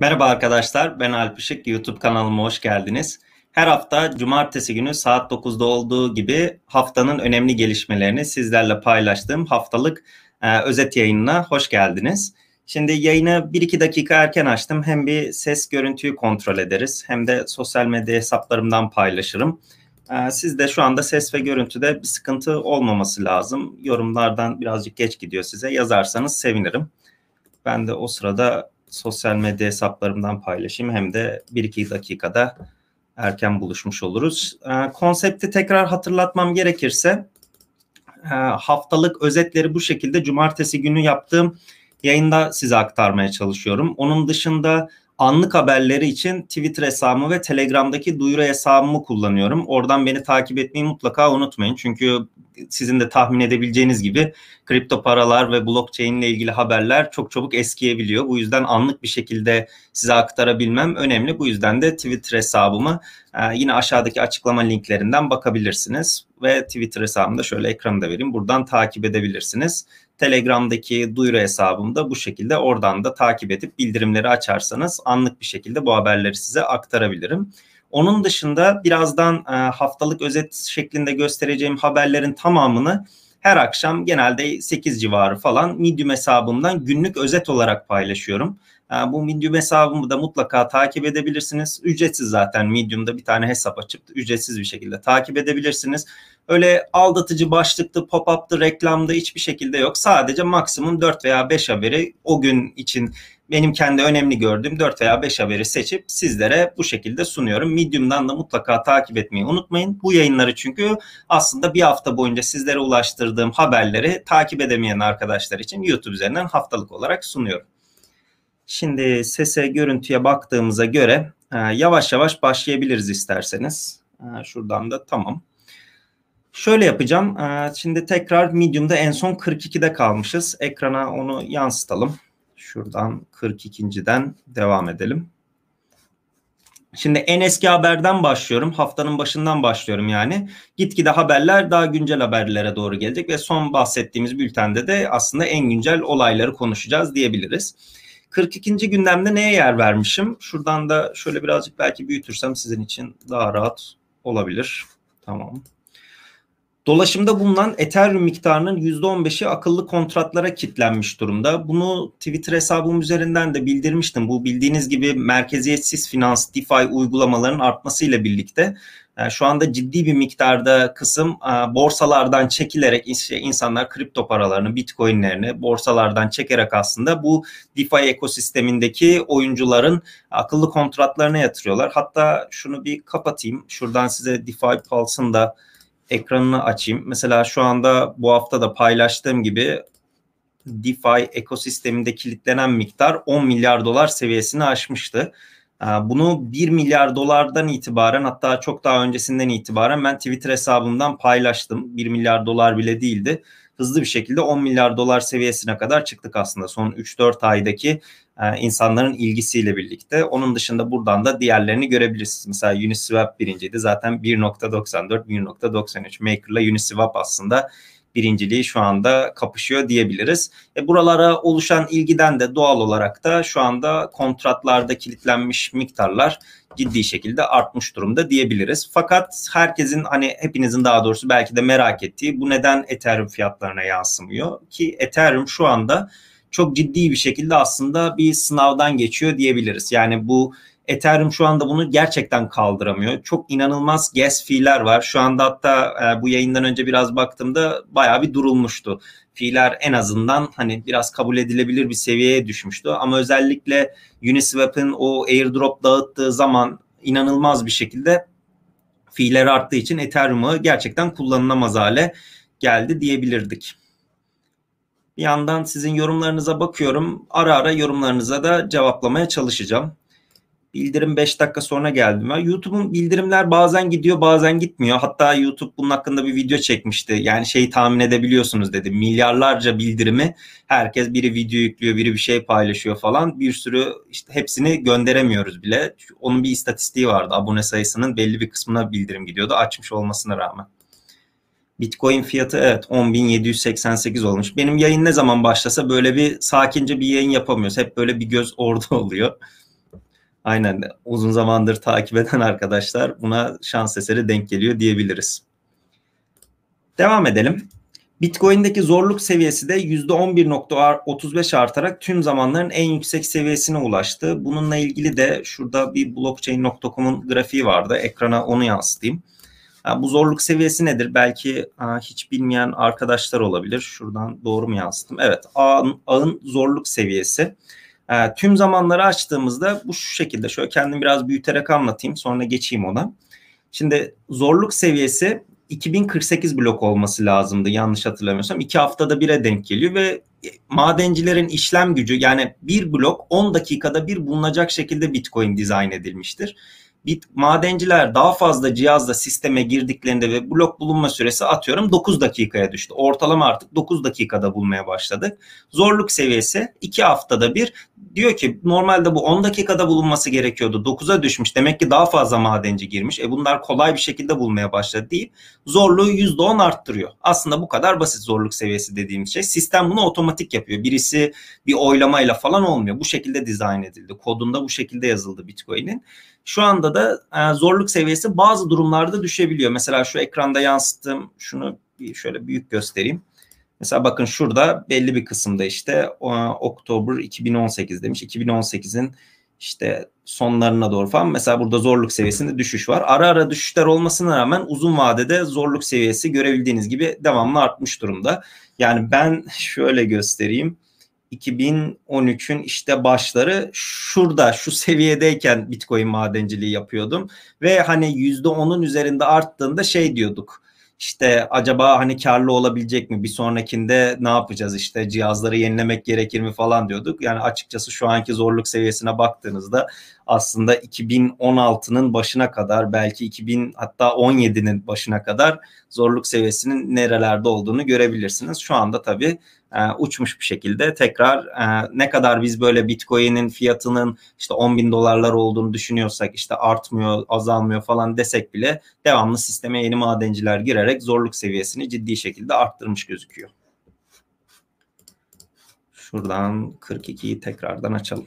Merhaba arkadaşlar, ben Alp Işık. YouTube kanalıma hoş geldiniz. Her hafta cumartesi günü saat 9'da olduğu gibi haftanın önemli gelişmelerini sizlerle paylaştığım haftalık özet yayınına hoş geldiniz. Şimdi yayını 1-2 dakika erken açtım. Hem bir ses görüntüyü kontrol ederiz hem de sosyal medya hesaplarımdan paylaşırım. Sizde şu anda ses ve görüntüde bir sıkıntı olmaması lazım. Yorumlardan birazcık geç gidiyor size. Yazarsanız sevinirim. Ben de o sırada sosyal medya hesaplarımdan paylaşayım. Hem de 1-2 dakikada erken buluşmuş oluruz. Konsepti tekrar hatırlatmam gerekirse haftalık özetleri bu şekilde cumartesi günü yaptığım yayında size aktarmaya çalışıyorum. Onun dışında anlık haberleri için Twitter hesabımı ve Telegram'daki duyuru hesabımı kullanıyorum. Oradan beni takip etmeyi mutlaka unutmayın. Çünkü sizin de tahmin edebileceğiniz gibi kripto paralar ve blockchain ile ilgili haberler çok çabuk eskiyebiliyor. Bu yüzden anlık bir şekilde size aktarabilmem önemli. Bu yüzden de Twitter hesabımı yine aşağıdaki açıklama linklerinden bakabilirsiniz. Ve Twitter hesabımı da şöyle ekranda vereyim. Buradan takip edebilirsiniz. Telegram'daki duyuru hesabımda bu şekilde, oradan da takip edip bildirimleri açarsanız anlık bir şekilde bu haberleri size aktarabilirim. Onun dışında birazdan haftalık özet şeklinde göstereceğim haberlerin tamamını her akşam genelde 8 civarı falan Medium hesabımdan günlük özet olarak paylaşıyorum. Bu Medium hesabımı da mutlaka takip edebilirsiniz. Ücretsiz zaten, Medium'da bir tane hesap açıp ücretsiz bir şekilde takip edebilirsiniz. Öyle aldatıcı başlıktı, pop-up'tı, reklamda hiçbir şekilde yok. Sadece maksimum 4 veya 5 haberi o gün için benim kendi önemli gördüğüm 4 veya 5 haberi seçip sizlere bu şekilde sunuyorum. Medium'dan da mutlaka takip etmeyi unutmayın. Bu yayınları çünkü aslında bir hafta boyunca sizlere ulaştırdığım haberleri takip edemeyen arkadaşlar için YouTube üzerinden haftalık olarak sunuyorum. Şimdi sese, görüntüye baktığımıza göre yavaş yavaş başlayabiliriz isterseniz. Şuradan da tamam. Şöyle yapacağım. Şimdi tekrar Medium'da en son 42'de kalmışız. Ekrana onu yansıtalım. Şuradan 42.den devam edelim. Şimdi en eski haberden başlıyorum. Haftanın başından başlıyorum yani. Gitgide haberler daha güncel haberlere doğru gelecek ve son bahsettiğimiz bültende de aslında en güncel olayları konuşacağız diyebiliriz. 42. gündemde neye yer vermişim? Şuradan da şöyle birazcık belki büyütürsem sizin için daha rahat olabilir. Tamam. Dolaşımda bulunan Ethereum miktarının %15'i akıllı kontratlara kilitlenmiş durumda. Bunu Twitter hesabım üzerinden de bildirmiştim. Bu bildiğiniz gibi merkeziyetsiz finans, DeFi uygulamaların artmasıyla birlikte şu anda ciddi bir miktarda kısım borsalardan çekilerek insanlar kripto paralarını, bitcoinlerini borsalardan çekerek aslında bu DeFi ekosistemindeki oyuncuların akıllı kontratlarına yatırıyorlar. Hatta şunu bir kapatayım. Şuradan size DeFi Pulse'ın da ekranını açayım. Mesela şu anda bu hafta da paylaştığım gibi DeFi ekosisteminde kilitlenen miktar 10 milyar dolar seviyesini aşmıştı. Bunu 1 milyar dolardan itibaren, hatta çok daha öncesinden itibaren ben Twitter hesabımdan paylaştım. 1 milyar dolar bile değildi. Hızlı bir şekilde 10 milyar dolar seviyesine kadar çıktık aslında son 3-4 aydaki insanların ilgisiyle birlikte. Onun dışında buradan da diğerlerini görebilirsiniz. Mesela Uniswap birinciydi. Zaten 1.94, 1.93. Maker'la Uniswap aslında birinciliği şu anda kapışıyor diyebiliriz. Buralara oluşan ilgiden de doğal olarak da şu anda kontratlarda kilitlenmiş miktarlar ciddi şekilde artmış durumda diyebiliriz. Fakat herkesin, hani hepinizin daha doğrusu belki de merak ettiği, bu neden Ethereum fiyatlarına yansımıyor? Ki Ethereum şu anda çok ciddi bir şekilde aslında bir sınavdan geçiyor diyebiliriz. Yani bu Ethereum şu anda bunu gerçekten kaldıramıyor. Çok inanılmaz gas fee'ler var. Şu anda hatta bu yayından önce biraz baktığımda bayağı bir durulmuştu. Fee'ler en azından hani biraz kabul edilebilir bir seviyeye düşmüştü. Ama özellikle Uniswap'ın o airdrop dağıttığı zaman inanılmaz bir şekilde fee'ler arttığı için Ethereum'u gerçekten kullanılamaz hale geldi diyebilirdik. Bir yandan sizin yorumlarınıza bakıyorum. Ara ara yorumlarınıza da cevaplamaya çalışacağım. Bildirim 5 dakika sonra geldi. YouTube'un bildirimler bazen gidiyor bazen gitmiyor. Hatta YouTube bunun hakkında bir video çekmişti. Yani şeyi tahmin edebiliyorsunuz dedi. Milyarlarca bildirimi, herkes biri video yüklüyor, biri bir şey paylaşıyor falan. Bir sürü işte hepsini gönderemiyoruz bile. Onun bir istatistiği vardı. Abone sayısının belli bir kısmına bildirim gidiyordu, açmış olmasına rağmen. Bitcoin fiyatı evet 10.788 olmuş. Benim yayın ne zaman başlasa böyle bir sakince bir yayın yapamıyoruz. Hep böyle bir göz orada oluyor. Aynen, uzun zamandır takip eden arkadaşlar buna şans eseri denk geliyor diyebiliriz. Devam edelim. Bitcoin'deki zorluk seviyesi de %11,35 artarak tüm zamanların en yüksek seviyesine ulaştı. Bununla ilgili de şurada bir blockchain.com'un grafiği vardı. Ekrana onu yansıtayım. Bu zorluk seviyesi nedir? Belki hiç bilmeyen arkadaşlar olabilir. Şuradan doğru mu yansıttım? Evet, ağın zorluk seviyesi. Tüm zamanları açtığımızda bu şu şekilde. Şöyle kendim biraz büyüterek anlatayım, sonra geçeyim ona. Şimdi zorluk seviyesi 2048 blok olması lazımdı yanlış hatırlamıyorsam. 2 haftada bire denk geliyor ve madencilerin işlem gücü, yani bir blok 10 dakikada bir bulunacak şekilde Bitcoin dizayn edilmiştir. Madenciler daha fazla cihazla sisteme girdiklerinde ve blok bulunma süresi atıyorum 9 dakikaya düştü. Ortalama artık 9 dakikada bulmaya başladık. Zorluk seviyesi 2 haftada bir. Diyor ki normalde bu 10 dakikada bulunması gerekiyordu. 9'a düşmüş. Demek ki daha fazla madenci girmiş. Bunlar kolay bir şekilde bulmaya başladı deyip zorluğu %10 arttırıyor. Aslında bu kadar basit zorluk seviyesi dediğimiz şey. Sistem bunu otomatik yapıyor. Birisi bir oylamayla falan olmuyor. Bu şekilde dizayn edildi. Kodunda bu şekilde yazıldı Bitcoin'in. Şu anda da zorluk seviyesi bazı durumlarda düşebiliyor. Mesela şu ekranda yansıttığım, şunu bir şöyle büyük göstereyim. Mesela bakın şurada belli bir kısımda işte Oktober 2018 demiş. 2018'in işte sonlarına doğru falan. Mesela burada zorluk seviyesinde düşüş var. Ara ara düşüşler olmasına rağmen uzun vadede zorluk seviyesi görebildiğiniz gibi devamlı artmış durumda. Yani ben şöyle göstereyim. 2013'ün işte başları şurada şu seviyedeyken Bitcoin madenciliği yapıyordum ve hani %10'un üzerinde arttığında şey diyorduk. İşte acaba hani karlı olabilecek mi? Bir sonrakinde ne yapacağız? İşte cihazları yenilemek gerekir mi falan diyorduk. Yani açıkçası şu anki zorluk seviyesine baktığınızda aslında 2016'nın başına kadar, belki 2000 hatta 17'nin başına kadar zorluk seviyesinin nerelerde olduğunu görebilirsiniz. Şu anda tabii uçmuş bir şekilde tekrar ne kadar biz böyle Bitcoin'in fiyatının işte 10 bin dolarlar olduğunu düşünüyorsak, işte artmıyor, azalmıyor falan desek bile devamlı sisteme yeni madenciler girerek zorluk seviyesini ciddi şekilde arttırmış gözüküyor. Şuradan 42'yi tekrardan açalım.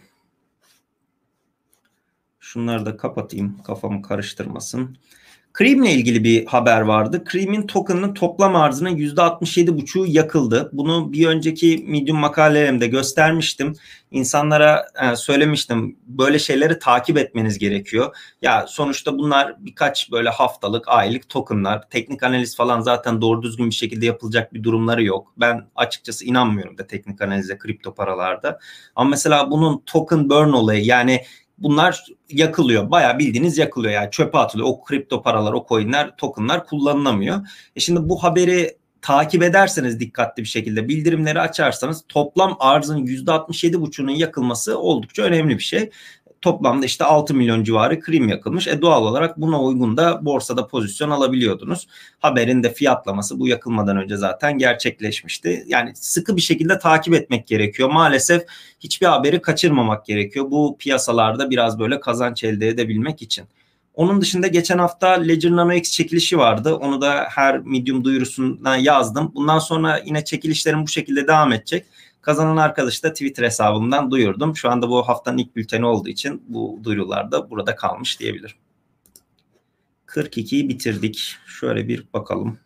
Şunları da kapatayım, kafamı karıştırmasın. Cream'le ilgili bir haber vardı. Cream'in token'ının toplam arzının %67,5'u yakıldı. Bunu bir önceki Medium makalelerimde göstermiştim. İnsanlara söylemiştim, böyle şeyleri takip etmeniz gerekiyor. Ya sonuçta bunlar birkaç böyle haftalık, aylık token'lar. Teknik analiz falan zaten doğru düzgün bir şekilde yapılacak bir durumları yok. Ben açıkçası inanmıyorum da teknik analize kripto paralarda. Ama mesela bunun token burn olayı, yani bunlar yakılıyor. Bayağı bildiğiniz yakılıyor, yani çöpe atılıyor. O kripto paralar, o coinler, tokenlar kullanılamıyor. Şimdi bu haberi takip ederseniz, dikkatli bir şekilde bildirimleri açarsanız, toplam arzın %67,5'unun yakılması oldukça önemli bir şey. Toplamda işte 6 milyon civarı Cream yakılmış. Doğal olarak buna uygun da borsada pozisyon alabiliyordunuz. Haberin de fiyatlaması bu yakılmadan önce zaten gerçekleşmişti. Yani sıkı bir şekilde takip etmek gerekiyor. Maalesef hiçbir haberi kaçırmamak gerekiyor. Bu piyasalarda biraz böyle kazanç elde edebilmek için. Onun dışında geçen hafta Ledger Nano X çekilişi vardı. Onu da her Medium duyurusuna yazdım. Bundan sonra yine çekilişlerim bu şekilde devam edecek. Kazanan arkadaşı da Twitter hesabımdan duyurdum. Şu anda bu haftanın ilk bülteni olduğu için bu duyurular da burada kalmış diyebilirim. 42'yi bitirdik. Şöyle bir bakalım.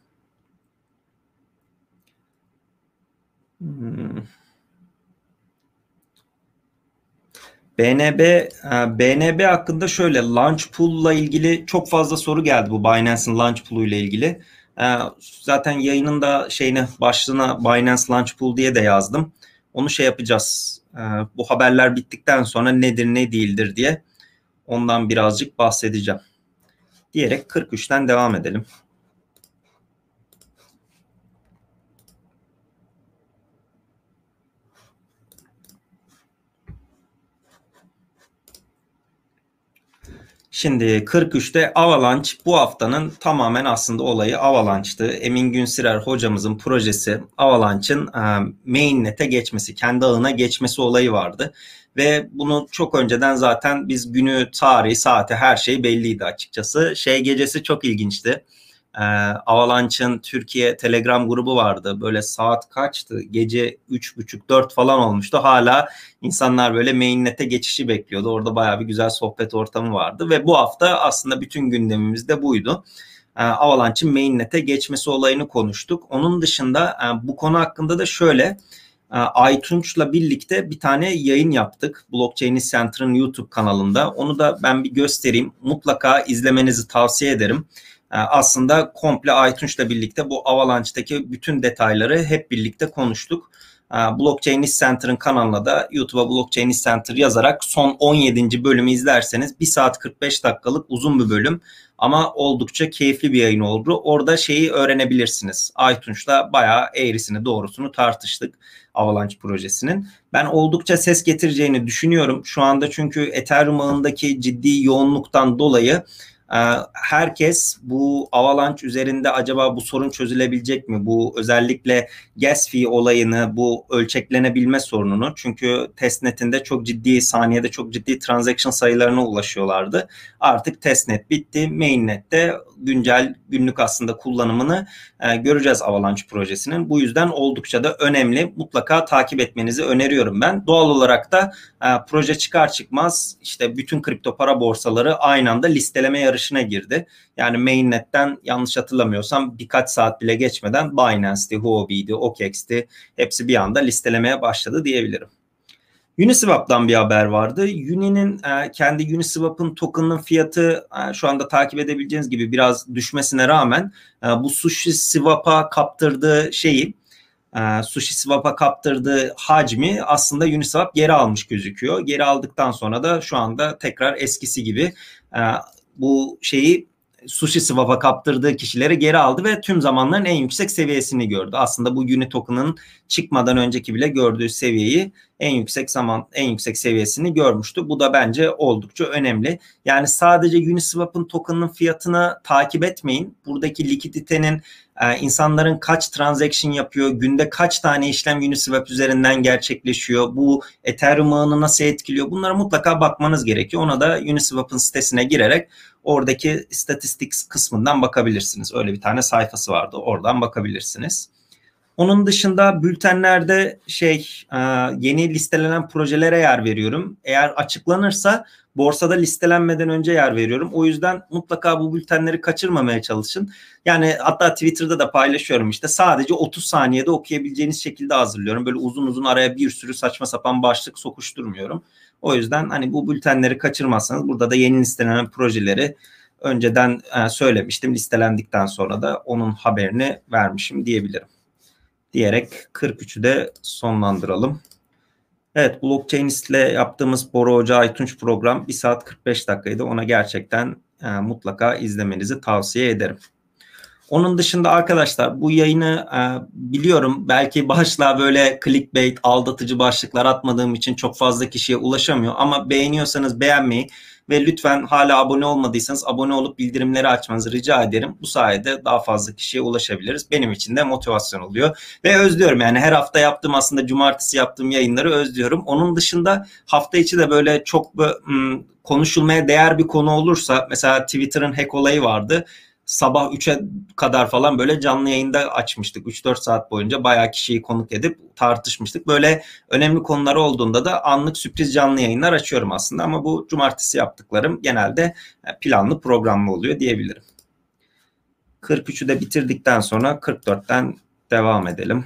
BNB hakkında şöyle, Launch Pool'la ilgili çok fazla soru geldi, bu Binance'ın Launch Pool'u ile ilgili. Zaten yayının da başlığına Binance Launch Pool diye de yazdım. Onu yapacağız. Bu haberler bittikten sonra nedir ne değildir diye ondan birazcık bahsedeceğim. Diyerek 43'ten devam edelim. Şimdi 43'te Avalanche, bu haftanın tamamen aslında olayı Avalanche'tı. Emin Günsirer hocamızın projesi Avalanche'ın mainnet'e geçmesi, kendi ağına geçmesi olayı vardı. Ve bunu çok önceden zaten biz günü, tarihi, saati, her şey belliydi açıkçası. Gecesi çok ilginçti. Avalanche'ın Türkiye Telegram grubu vardı. Böyle saat kaçtı? Gece 3.30-4 falan olmuştu. Hala insanlar böyle mainnet'e geçişi bekliyordu. Orada bayağı bir güzel sohbet ortamı vardı ve bu hafta aslında bütün gündemimiz de buydu. Avalanche'ın mainnet'e geçmesi olayını konuştuk. Onun dışında bu konu hakkında da şöyle Aytunç'la birlikte bir tane yayın yaptık. Blockchain Center'ın YouTube kanalında. Onu da ben bir göstereyim. Mutlaka izlemenizi tavsiye ederim. Aslında komple Aytunç'la birlikte bu Avalanche'daki bütün detayları hep birlikte konuştuk. Blockchain Center'ın kanalına da YouTube'a Blockchain Center yazarak son 17. bölümü izlerseniz 1 saat 45 dakikalık uzun bir bölüm ama oldukça keyifli bir yayın oldu. Orada şeyi öğrenebilirsiniz. Aytunç'la bayağı eğrisini doğrusunu tartıştık Avalanche projesinin. Ben oldukça ses getireceğini düşünüyorum. Şu anda çünkü Ethereum ağındaki ciddi yoğunluktan dolayı herkes bu Avalanche üzerinde acaba bu sorun çözülebilecek mi? Bu özellikle gas fee olayını, bu ölçeklenebilme sorununu, çünkü testnet'inde çok ciddi, saniyede çok ciddi transaction sayılarına ulaşıyorlardı. Artık testnet bitti. Mainnet'te güncel günlük aslında kullanımını göreceğiz Avalanche projesinin. Bu yüzden oldukça da önemli. Mutlaka takip etmenizi öneriyorum ben. Doğal olarak da proje çıkar çıkmaz işte bütün kripto para borsaları aynı anda listeleme yarışına girdi. Yani mainnet'ten yanlış hatırlamıyorsam birkaç saat bile geçmeden Binance'ti, Huobi'ydi, OKEX'ti hepsi bir anda listelemeye başladı diyebilirim. Uniswap'tan bir haber vardı. Uni'nin kendi Uniswap'ın token'ının fiyatı şu anda takip edebileceğiniz gibi biraz düşmesine rağmen bu SushiSwap'a kaptırdığı SushiSwap'a kaptırdığı hacmi aslında Uniswap geri almış gözüküyor. Geri aldıktan sonra da şu anda tekrar eskisi gibi bu SushiSwap'a kaptırdığı kişileri geri aldı ve tüm zamanların en yüksek seviyesini gördü. Aslında bu Uni token'ın çıkmadan önceki bile gördüğü seviyeyi en yüksek seviyesini görmüştü. Bu da bence oldukça önemli. Yani sadece Uniswap'ın token'ının fiyatını takip etmeyin. Buradaki likiditenin insanların kaç transaction yapıyor, günde kaç tane işlem Uniswap üzerinden gerçekleşiyor, bu Ethereum ağını nasıl etkiliyor, bunlara mutlaka bakmanız gerekiyor. Ona da Uniswap'ın sitesine girerek oradaki statistics kısmından bakabilirsiniz. Öyle bir tane sayfası vardı, oradan bakabilirsiniz. Onun dışında bültenlerde yeni listelenen projelere yer veriyorum. Eğer açıklanırsa borsada listelenmeden önce yer veriyorum. O yüzden mutlaka bu bültenleri kaçırmamaya çalışın. Yani hatta Twitter'da da paylaşıyorum, işte sadece 30 saniyede okuyabileceğiniz şekilde hazırlıyorum. Böyle uzun uzun araya bir sürü saçma sapan başlık sokuşturmuyorum. O yüzden hani bu bültenleri kaçırmazsanız burada da yeni listelenen projeleri önceden söylemiştim. Listelendikten sonra da onun haberini vermişim diyebilirim. Diyerek 43'ü de sonlandıralım. Evet, Blockchainist ile yaptığımız Bora Hoca Aytunç program 1 saat 45 dakikaydı. Ona gerçekten mutlaka izlemenizi tavsiye ederim. Onun dışında arkadaşlar bu yayını biliyorum belki başlığa böyle clickbait, aldatıcı başlıklar atmadığım için çok fazla kişiye ulaşamıyor. Ama beğeniyorsanız beğenmeyi ve lütfen hala abone olmadıysanız abone olup bildirimleri açmanızı rica ederim. Bu sayede daha fazla kişiye ulaşabiliriz. Benim için de motivasyon oluyor. Ve özlüyorum, yani her hafta yaptığım, aslında cumartesi yaptığım yayınları özlüyorum. Onun dışında hafta içi de böyle çok konuşulmaya değer bir konu olursa, mesela Twitter'ın hack olayı vardı. Sabah 3'e kadar falan böyle canlı yayında açmıştık. 3-4 saat boyunca bayağı kişiyi konuk edip tartışmıştık. Böyle önemli konular olduğunda da anlık sürpriz canlı yayınlar açıyorum aslında. Ama bu cumartesi yaptıklarım genelde planlı programlı oluyor diyebilirim. 43'ü de bitirdikten sonra 44'ten devam edelim.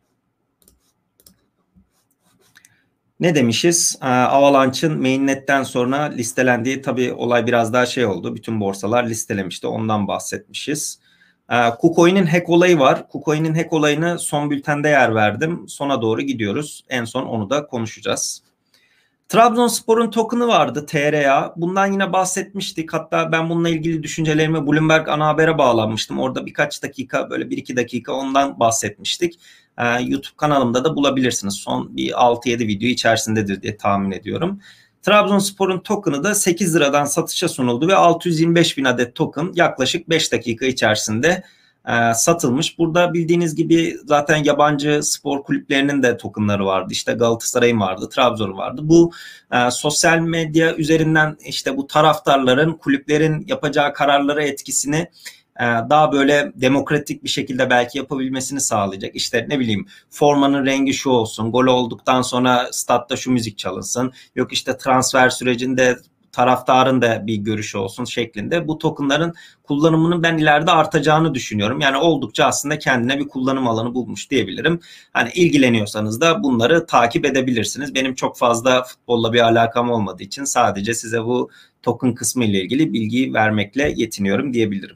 Ne demişiz? Avalanche'ın mainnet'ten sonra listelendiği, tabii olay biraz daha oldu. Bütün borsalar listelemişti. Ondan bahsetmişiz. KuCoin'in hack olayı var. KuCoin'in hack olayını son bültende yer verdim. Sona doğru gidiyoruz. En son onu da konuşacağız. Trabzonspor'un token'ı vardı, TRA. Bundan yine bahsetmiştik. Hatta ben bununla ilgili düşüncelerimi Bloomberg ana habere bağlanmıştım. Orada birkaç dakika, böyle 1-2 dakika ondan bahsetmiştik. YouTube kanalımda da bulabilirsiniz. Son bir 6-7 video içerisindedir diye tahmin ediyorum. Trabzonspor'un token'ı da 8 liradan satışa sunuldu ve 625 bin adet token yaklaşık 5 dakika içerisinde satılmış. Burada bildiğiniz gibi zaten yabancı spor kulüplerinin de tokenları vardı. İşte Galatasaray'ın vardı, Trabzon'un vardı. Bu sosyal medya üzerinden işte bu taraftarların kulüplerin yapacağı kararlara etkisini daha böyle demokratik bir şekilde belki yapabilmesini sağlayacak. İşte ne bileyim, formanın rengi şu olsun, gol olduktan sonra statta şu müzik çalınsın, yok işte transfer sürecinde taraftarın da bir görüşü olsun şeklinde bu tokenların kullanımının ben ileride artacağını düşünüyorum. Yani oldukça aslında kendine bir kullanım alanı bulmuş diyebilirim. Hani ilgileniyorsanız da bunları takip edebilirsiniz. Benim çok fazla futbolla bir alakam olmadığı için sadece size bu token kısmı ile ilgili bilgi vermekle yetiniyorum diyebilirim.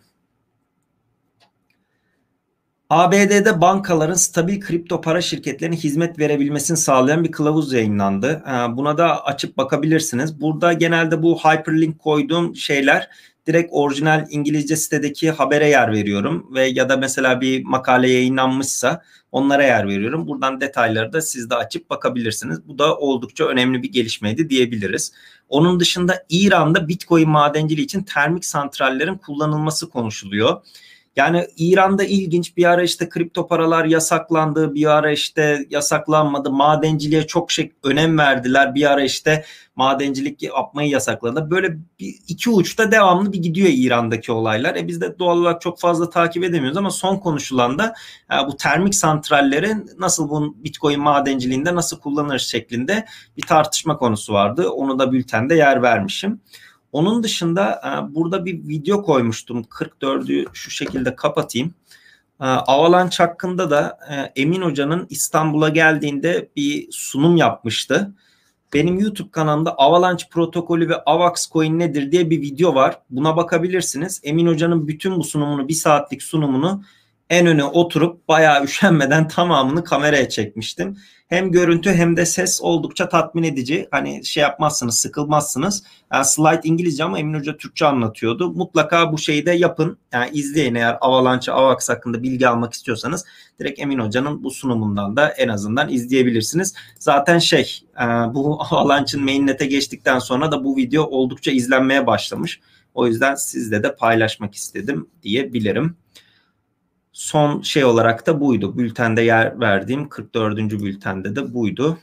ABD'de bankaların stabil kripto para şirketlerine hizmet verebilmesini sağlayan bir kılavuz yayınlandı. Buna da açıp bakabilirsiniz. Burada genelde bu hyperlink koyduğum şeyler direkt orijinal İngilizce sitedeki habere yer veriyorum ve ya da mesela bir makale yayınlanmışsa onlara yer veriyorum. Buradan detayları da siz de açıp bakabilirsiniz. Bu da oldukça önemli bir gelişmeydi diyebiliriz. Onun dışında İran'da Bitcoin madenciliği için termik santrallerin kullanılması konuşuluyor. Yani İran'da ilginç, bir ara işte kripto paralar yasaklandı, bir ara işte yasaklanmadı. Madenciliğe çok önem verdiler. Bir ara işte madencilik yapmayı yasakladı. Böyle iki uçta devamlı bir gidiyor İran'daki olaylar. Biz de doğal olarak çok fazla takip edemiyoruz ama son konuşulan da bu termik santrallerin nasıl bu Bitcoin madenciliğinde nasıl kullanılır şeklinde bir tartışma konusu vardı. Onu da bültende yer vermişim. Onun dışında burada bir video koymuştum. 44'ü şu şekilde kapatayım. Avalanche hakkında da Emin Hoca'nın İstanbul'a geldiğinde bir sunum yapmıştı. Benim YouTube kanalımda Avalanche protokolü ve AVAX coin nedir diye bir video var. Buna bakabilirsiniz. Emin Hoca'nın bütün bu sunumunu, bir saatlik sunumunu en öne oturup bayağı üşenmeden tamamını kameraya çekmiştim. Hem görüntü hem de ses oldukça tatmin edici. Hani şey yapmazsınız, sıkılmazsınız. Yani slide İngilizce ama Emin Hoca Türkçe anlatıyordu. Mutlaka bu şeyi de yapın. Yani izleyin, eğer Avalanche, AVAX hakkında bilgi almak istiyorsanız direkt Emin Hoca'nın bu sunumundan da en azından izleyebilirsiniz. Zaten bu Avalanche'ın mainnet'e geçtikten sonra da bu video oldukça izlenmeye başlamış. O yüzden sizle de paylaşmak istedim diyebilirim. Son şey olarak da buydu. Bültende yer verdiğim 44. bültende de buydu.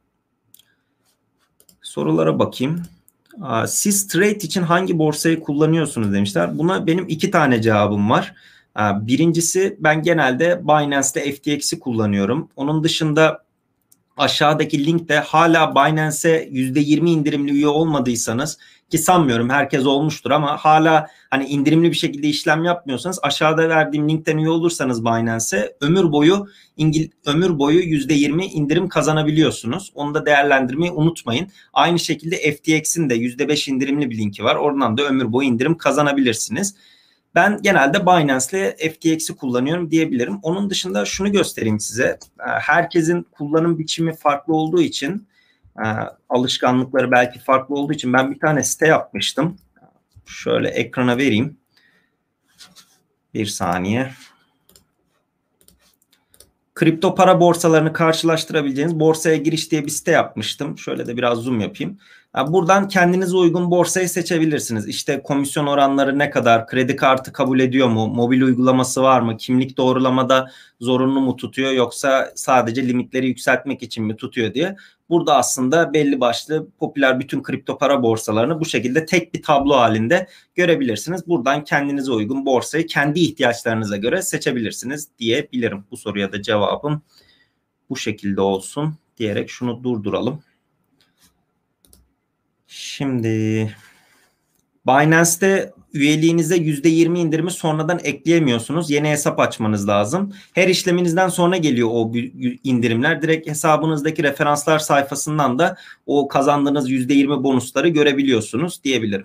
Sorulara bakayım. Siz trade için hangi borsayı kullanıyorsunuz demişler. Buna benim 2 tane cevabım var. Birincisi, ben genelde Binance'de FTX'i kullanıyorum. Onun dışında aşağıdaki linkte hala Binance'e %20 indirimli üye olmadıysanız, ki sanmıyorum herkes olmuştur ama hala hani indirimli bir şekilde işlem yapmıyorsanız, aşağıda verdiğim linkten üye olursanız Binance'e ömür boyu %20 indirim kazanabiliyorsunuz. Onu da değerlendirmeyi unutmayın. Aynı şekilde FTX'in de %5 indirimli bir linki var. Oradan da ömür boyu indirim kazanabilirsiniz. Ben genelde Binance'le FTX'i kullanıyorum diyebilirim. Onun dışında şunu göstereyim size. Herkesin kullanım biçimi farklı olduğu için, alışkanlıkları belki farklı olduğu için ben bir tane site yapmıştım. Şöyle ekrana vereyim. Bir saniye. Kripto para borsalarını karşılaştırabileceğiniz borsaya giriş diye bir site yapmıştım. Şöyle de biraz zoom yapayım. Buradan kendinize uygun borsayı seçebilirsiniz. İşte komisyon oranları ne kadar, kredi kartı kabul ediyor mu, mobil uygulaması var mı, kimlik doğrulamada zorunlu mu tutuyor yoksa sadece limitleri yükseltmek için mi tutuyor diye. Burada aslında belli başlı popüler bütün kripto para borsalarını bu şekilde tek bir tablo halinde görebilirsiniz. Buradan kendinize uygun borsayı kendi ihtiyaçlarınıza göre seçebilirsiniz diyebilirim. Bu soruya da cevabım bu şekilde olsun diyerek şunu durduralım. Şimdi Binance'te üyeliğinize %20 indirimi sonradan ekleyemiyorsunuz. Yeni hesap açmanız lazım. Her işleminizden sonra geliyor o indirimler. Direkt hesabınızdaki referanslar sayfasından da o kazandığınız %20 bonusları görebiliyorsunuz diyebilirim.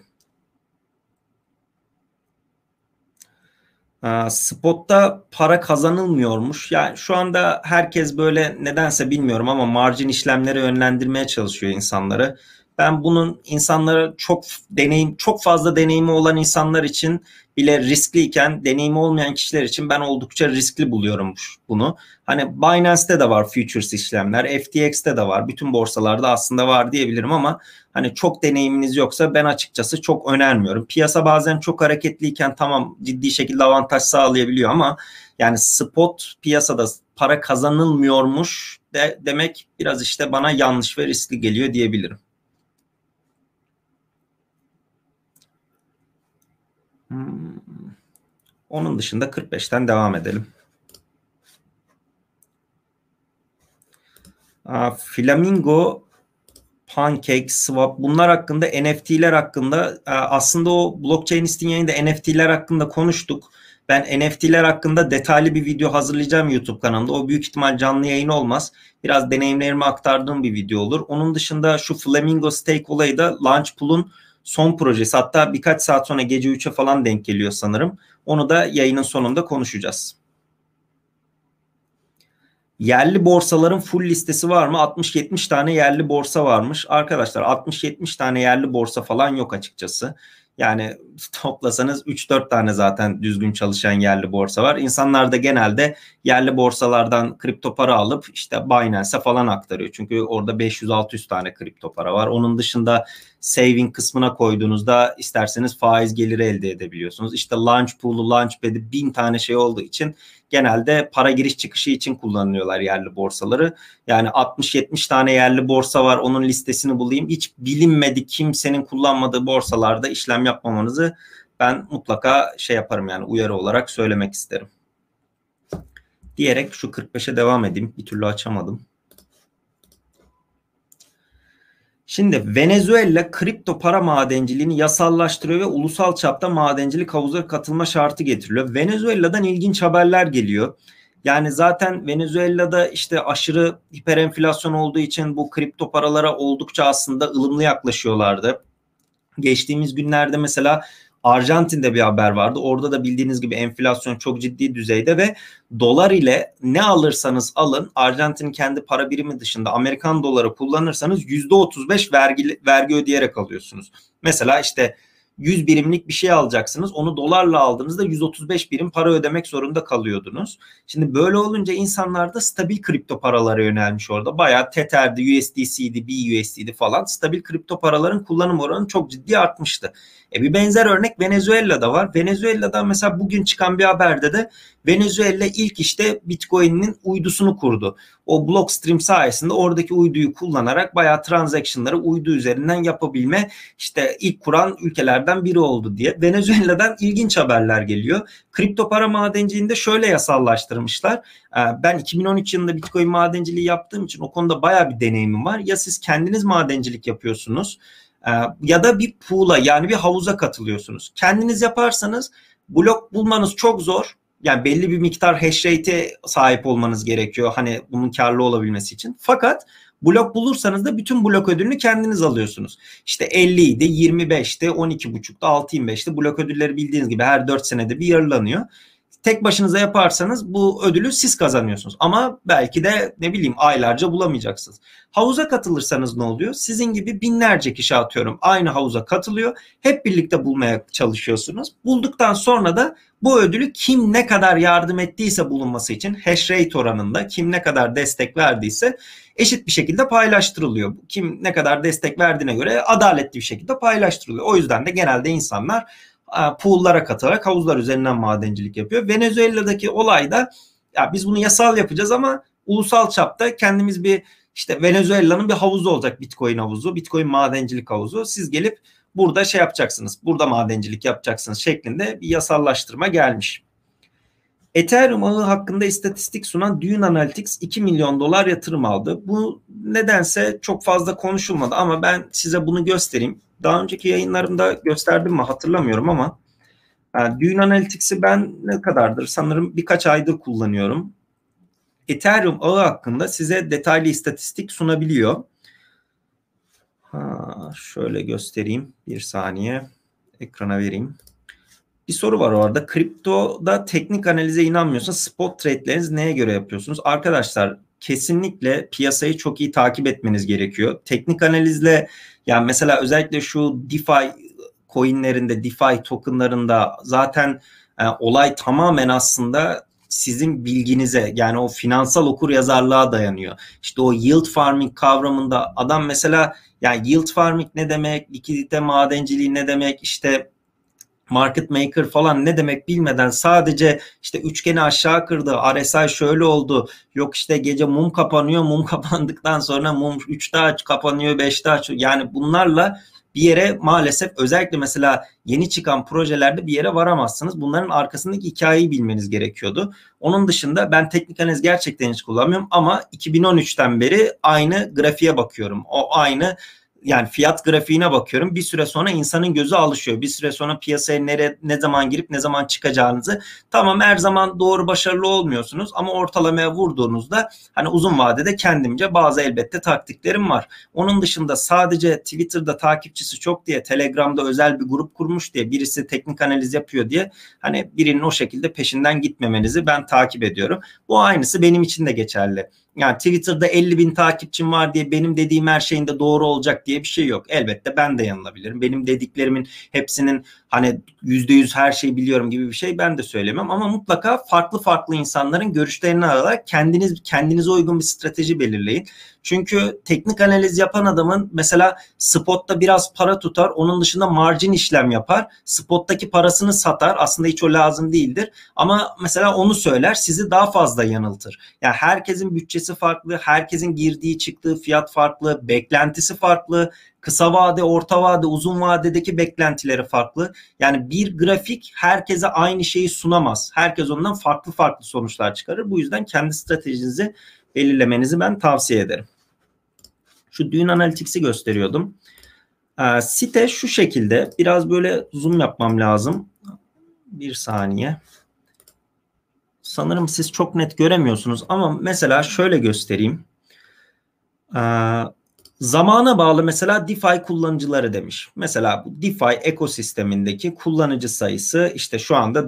Spot'ta para kazanılmıyormuş. Yani şu anda herkes böyle, nedense bilmiyorum ama margin işlemleri yönlendirmeye çalışıyor insanları. Ben bunun insanlara çok fazla deneyimi olan insanlar için bile riskliyken, deneyimi olmayan kişiler için ben oldukça riskli buluyorum bunu. Hani Binance'te de var futures işlemler, FTX'te de var, bütün borsalarda aslında var diyebilirim ama hani çok deneyiminiz yoksa ben açıkçası çok önermiyorum. Piyasa bazen çok hareketliyken tamam, ciddi şekilde avantaj sağlayabiliyor ama yani spot piyasada para kazanılmıyormuş demek biraz işte bana yanlış ve riskli geliyor diyebilirim. Onun dışında 45'ten devam edelim. Flamingo, Pancake, Swap, bunlar hakkında, NFT'ler hakkında aslında o Blockchainist'in yayında NFT'ler hakkında konuştuk. Ben NFT'ler hakkında detaylı bir video hazırlayacağım YouTube kanalımda. O büyük ihtimal canlı yayın olmaz. Biraz deneyimlerimi aktardığım bir video olur. Onun dışında şu Flamingo Stake olayı da Launchpool'un son projesi. Hatta birkaç saat sonra gece 3'e falan denk geliyor sanırım. Onu da yayının sonunda konuşacağız. Yerli borsaların full listesi var mı? 60-70 tane yerli borsa varmış. Arkadaşlar 60-70 tane yerli borsa falan yok açıkçası. Yani toplasanız 3-4 tane zaten düzgün çalışan yerli borsa var. İnsanlar da genelde yerli borsalardan kripto para alıp işte Binance'e falan aktarıyor. Çünkü orada 500-600 tane kripto para var. Onun dışında saving kısmına koyduğunuzda isterseniz faiz geliri elde edebiliyorsunuz. İşte Launchpool'u, Launchpad'i 1000 tane şey olduğu için genelde para giriş çıkışı için kullanıyorlar yerli borsaları. Yani 60-70 tane yerli borsa var. Onun listesini bulayım. Hiç bilinmedik, kimsenin kullanmadığı borsalarda işlem yapmamanızı ben mutlaka şey yaparım, yani uyarı olarak söylemek isterim. Diyerek şu 45'e devam edeyim. Bir türlü açamadım. Şimdi Venezuela kripto para madenciliğini yasallaştırıyor ve ulusal çapta madencilik havuzuna katılma şartı getiriliyor. Venezuela'dan ilginç haberler geliyor. Yani zaten Venezuela'da işte aşırı hiperenflasyon olduğu için bu kripto paralara oldukça aslında ılımlı yaklaşıyorlardı. Geçtiğimiz günlerde mesela Arjantin'de bir haber vardı. Orada da bildiğiniz gibi enflasyon çok ciddi düzeyde ve dolar ile ne alırsanız alın, Arjantin'in kendi para birimi dışında Amerikan doları kullanırsanız %35 vergi ödeyerek alıyorsunuz. Mesela işte 100 birimlik bir şey alacaksınız. Onu dolarla aldığınızda 135 birim para ödemek zorunda kalıyordunuz. Şimdi böyle olunca insanlar da stabil kripto paralara yönelmiş orada. Bayağı Tether'di, USDC'di, BUSD'di falan. Stabil kripto paraların kullanım oranı çok ciddi artmıştı. Bir benzer örnek Venezuela'da var. Venezuela'da mesela bugün çıkan bir haberde de Venezuela ilk işte Bitcoin'in uydusunu kurdu. O Blockstream sayesinde oradaki uyduyu kullanarak bayağı transaction'ları uydu üzerinden yapabilme işte ilk kuran ülkelerden biri oldu diye. Venezuela'dan ilginç haberler geliyor. Kripto para madenciliğinde şöyle yasallaştırmışlar. Ben 2013 yılında Bitcoin madenciliği yaptığım için o konuda bayağı bir deneyimim var. Ya siz kendiniz madencilik yapıyorsunuz ya da bir pool'a, yani bir havuza katılıyorsunuz. Kendiniz yaparsanız blok bulmanız çok zor. Yani belli bir miktar hash rate'e sahip olmanız gerekiyor hani bunun karlı olabilmesi için. Fakat blok bulursanız da bütün blok ödülünü kendiniz alıyorsunuz. İşte 50 idi, 25'ti, 12,5'tu, 6,25'ti. Blok ödülleri bildiğiniz gibi her 4 senede bir yarılanıyor. Tek başınıza yaparsanız bu ödülü siz kazanıyorsunuz. Ama belki de ne bileyim aylarca bulamayacaksınız. Havuza katılırsanız ne oluyor? Sizin gibi binlerce kişi atıyorum aynı havuza katılıyor. Hep birlikte bulmaya çalışıyorsunuz. Bulduktan sonra da bu ödülü kim ne kadar yardım ettiyse bulunması için hash rate oranında kim ne kadar destek verdiyse eşit bir şekilde paylaştırılıyor. Kim ne kadar destek verdiğine göre adaletli bir şekilde paylaştırılıyor. O yüzden de genelde insanlar pool'lara katılarak havuzlar üzerinden madencilik yapıyor. Venezuela'daki olay da ya biz bunu yasal yapacağız ama ulusal çapta kendimiz bir işte Venezuela'nın bir havuzu olacak, Bitcoin havuzu, Bitcoin madencilik havuzu. Siz gelip burada şey yapacaksınız, burada madencilik yapacaksınız şeklinde bir yasallaştırma gelmiş. Ethereum ağı hakkında istatistik sunan Dune Analytics 2 milyon dolar yatırım aldı. Bu nedense çok fazla konuşulmadı ama ben size bunu göstereyim. Daha önceki yayınlarımda gösterdim mi hatırlamıyorum ama Dune Analytics'i ben ne kadardır sanırım birkaç aydır kullanıyorum. Ethereum ağı hakkında size detaylı istatistik sunabiliyor. Şöyle göstereyim, bir saniye ekrana vereyim. Bir soru var orada. Kriptoda teknik analize inanmıyorsanız spot trade'leriniz neye göre yapıyorsunuz? Arkadaşlar kesinlikle piyasayı çok iyi takip etmeniz gerekiyor. Teknik analizle yani mesela özellikle şu DeFi coinlerinde, DeFi tokenlarında zaten olay tamamen aslında sizin bilginize, yani o finansal okuryazarlığa dayanıyor. İşte o yield farming kavramında adam mesela yani yield farming ne demek, likidite madenciliği ne demek, işte market maker falan ne demek bilmeden sadece işte üçgeni aşağı kırdı, RSI şöyle oldu, yok işte gece mum kapanıyor, mum kapandıktan sonra mum 3'te kapanıyor, 5'te açıyor. Yani bunlarla bir yere maalesef özellikle mesela yeni çıkan projelerde bir yere varamazsınız. Bunların arkasındaki hikayeyi bilmeniz gerekiyordu. Onun dışında ben teknik analiz gerçekten hiç kullanmıyorum ama 2013'ten beri aynı grafiğe bakıyorum. O aynı yani fiyat grafiğine bakıyorum. Bir süre sonra insanın gözü alışıyor. Bir süre sonra piyasaya ne zaman girip ne zaman çıkacağınızı, tamam her zaman doğru başarılı olmuyorsunuz ama ortalamaya vurduğunuzda hani uzun vadede kendimce bazı elbette taktiklerim var. Onun dışında sadece Twitter'da takipçisi çok diye, Telegram'da özel bir grup kurmuş diye, birisi teknik analiz yapıyor diye hani birinin o şekilde peşinden gitmemenizi ben takip ediyorum. Bu aynısı benim için de geçerli. Yani Twitter'da 50 bin takipçim var diye benim dediğim her şeyin de doğru olacak diye bir şey yok. Elbette ben de yanılabilirim. Benim dediklerimin hepsinin hani %100 her şeyi biliyorum gibi bir şey ben de söylemem. Ama mutlaka farklı farklı insanların görüşlerini alarak kendinize uygun bir strateji belirleyin. Çünkü teknik analiz yapan adamın mesela spotta biraz para tutar. Onun dışında margin işlem yapar. Spottaki parasını satar. Aslında hiç o lazım değildir. Ama mesela onu söyler, sizi daha fazla yanıltır. Yani herkesin bütçesi farklı, herkesin girdiği çıktığı fiyat farklı, beklentisi farklı, kısa vade, orta vade, uzun vadedeki beklentileri farklı. Yani bir grafik herkese aynı şeyi sunamaz. Herkes ondan farklı farklı sonuçlar çıkarır. Bu yüzden kendi stratejinizi belirlemenizi ben tavsiye ederim. Şu Dune Analytics'i gösteriyordum. Site şu şekilde, biraz böyle zoom yapmam lazım. Bir saniye. Sanırım siz çok net göremiyorsunuz ama mesela şöyle göstereyim. Zamana bağlı mesela DeFi kullanıcıları demiş. Mesela bu DeFi ekosistemindeki kullanıcı sayısı işte şu anda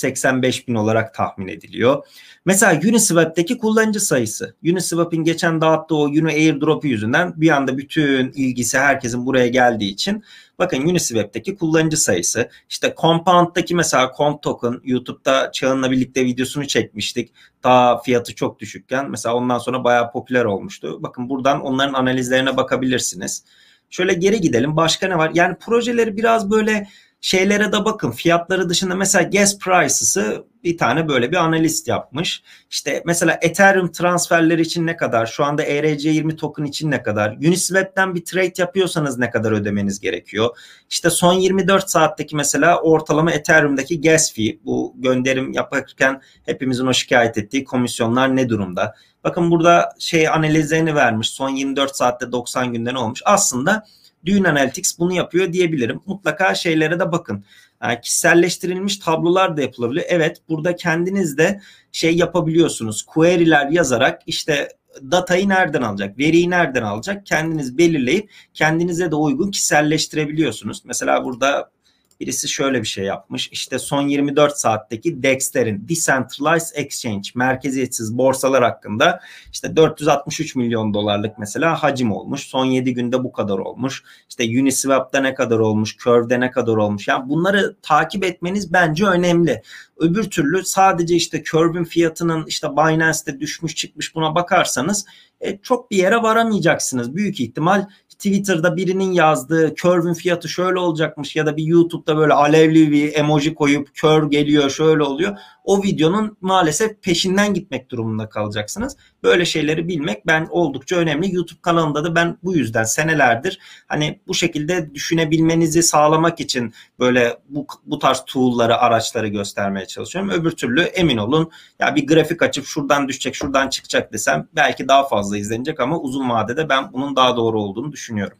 485 bin olarak tahmin ediliyor. Mesela Uniswap'teki kullanıcı sayısı. Uniswap'in geçen dağıttığı o Uni airdrop'u yüzünden bir anda bütün ilgisi herkesin buraya geldiği için bakın Uniswap'teki kullanıcı sayısı. İşte Compound'daki mesela Comp Token, YouTube'da Çağın'la birlikte videosunu çekmiştik. Daha fiyatı çok düşükken mesela ondan sonra bayağı popüler olmuştu. Bakın buradan onların analizlerine bakabilirsiniz. Şöyle geri gidelim. Başka ne var? Yani projeleri biraz böyle şeylere de bakın. Fiyatları dışında mesela gas prices'ı bir tane böyle bir analist yapmış. İşte mesela Ethereum transferleri için ne kadar? Şu anda ERC20 token için ne kadar? Uniswap'ten bir trade yapıyorsanız ne kadar ödemeniz gerekiyor? İşte son 24 saatteki mesela ortalama Ethereum'daki gas fee, bu gönderim yaparken hepimizin o şikayet ettiği komisyonlar ne durumda? Bakın burada şey analizlerini vermiş. Son 24 saatte 90 günde ne olmuş? Aslında Dune Analytics bunu yapıyor diyebilirim. Mutlaka şeylere de bakın. Yani kişiselleştirilmiş tablolar da yapılabiliyor. Evet, burada kendiniz de şey yapabiliyorsunuz. Query'ler yazarak işte datayı nereden alacak, veriyi nereden alacak kendiniz belirleyip kendinize de uygun kişiselleştirebiliyorsunuz. Mesela burada birisi şöyle bir şey yapmış. İşte son 24 saatteki DEX'lerin, Decentralized Exchange, merkeziyetsiz borsalar hakkında işte 463 milyon dolarlık mesela hacim olmuş. Son 7 günde bu kadar olmuş. İşte Uniswap'ta ne kadar olmuş, Curve'de ne kadar olmuş. Yani bunları takip etmeniz bence önemli. Öbür türlü sadece işte Curve'ün fiyatının işte Binance'de düşmüş çıkmış buna bakarsanız çok bir yere varamayacaksınız. Büyük ihtimal Twitter'da birinin yazdığı Curve'ün fiyatı şöyle olacakmış ya da bir YouTube'da böyle alevli bir emoji koyup Curve geliyor şöyle oluyor. O videonun maalesef peşinden gitmek durumunda kalacaksınız. Böyle şeyleri bilmek ben oldukça önemli. YouTube kanalında da ben bu yüzden senelerdir hani bu şekilde düşünebilmenizi sağlamak için böyle bu tarz tool'ları, araçları göstermeye çalışıyorum. Öbür türlü emin olun ya bir grafik açıp şuradan düşecek, şuradan çıkacak desem belki daha fazla izlenecek ama uzun vadede ben bunun daha doğru olduğunu düşünüyorum.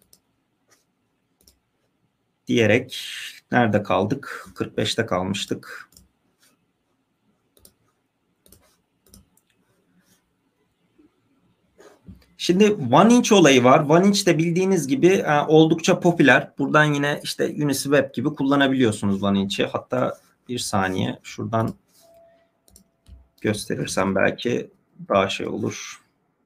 Diyerek nerede kaldık? 45'te kalmıştık. Şimdi One Inch olayı var. One Inch de bildiğiniz gibi oldukça popüler. Buradan yine işte Uniswap gibi kullanabiliyorsunuz One Inch'i. Hatta bir saniye şuradan gösterirsem belki daha şey olur.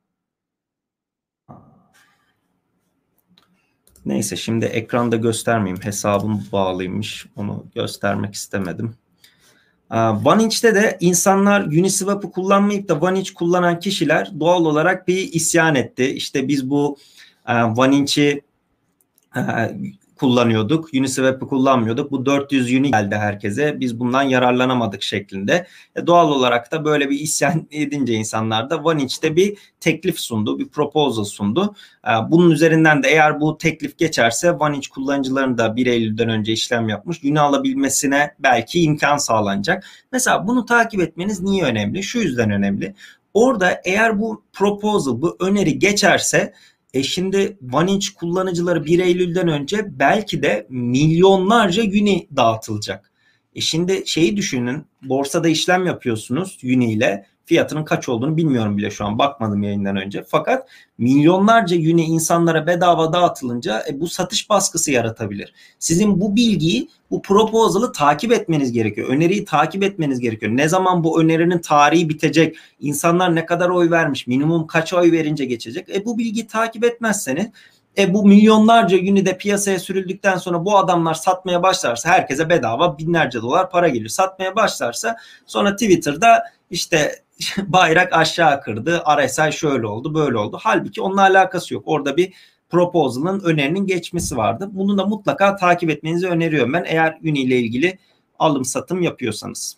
Neyse şimdi ekranda göstermeyeyim. Hesabım bağlıymış. Onu göstermek istemedim. One Inch'te de insanlar Uniswap'ı kullanmayıp da One Inch kullanan kişiler doğal olarak bir isyan etti. İşte biz bu One Inch'i kullanıyorduk. Uniswap'ı kullanmıyorduk. Bu 400 Uni geldi herkese. Biz bundan yararlanamadık şeklinde. Doğal olarak da böyle bir isyan edince insanlar da OneInch'te bir teklif sundu. Bir proposal sundu. Bunun üzerinden de eğer bu teklif geçerse OneInch kullanıcıların da 1 Eylül'den önce işlem yapmış Uni alabilmesine belki imkan sağlanacak. Mesela bunu takip etmeniz niye önemli? Şu yüzden önemli. Orada eğer bu proposal, bu öneri geçerse şimdi OneInch kullanıcıları 1 Eylül'den önce belki de milyonlarca Uni dağıtılacak. Şimdi şeyi düşünün, borsada işlem yapıyorsunuz Uni ile. Fiyatının kaç olduğunu bilmiyorum bile şu an, bakmadım yayından önce. Fakat milyonlarca Uni insanlara bedava dağıtılınca bu satış baskısı yaratabilir. Sizin bu bilgiyi, bu proposal'ı takip etmeniz gerekiyor. Öneriyi takip etmeniz gerekiyor. Ne zaman bu önerinin tarihi bitecek? İnsanlar ne kadar oy vermiş? Minimum kaç oy verince geçecek? Bu bilgiyi takip etmezseniz bu milyonlarca Uni de piyasaya sürüldükten sonra bu adamlar satmaya başlarsa herkese bedava binlerce dolar para geliyor. Satmaya başlarsa sonra Twitter'da işte bayrak aşağı kırdı, RSI şöyle oldu, böyle oldu. Halbuki onunla alakası yok. Orada bir proposal'ın önerinin geçmesi vardı. Bunu da mutlaka takip etmenizi öneriyorum ben eğer Uni ile ilgili alım satım yapıyorsanız.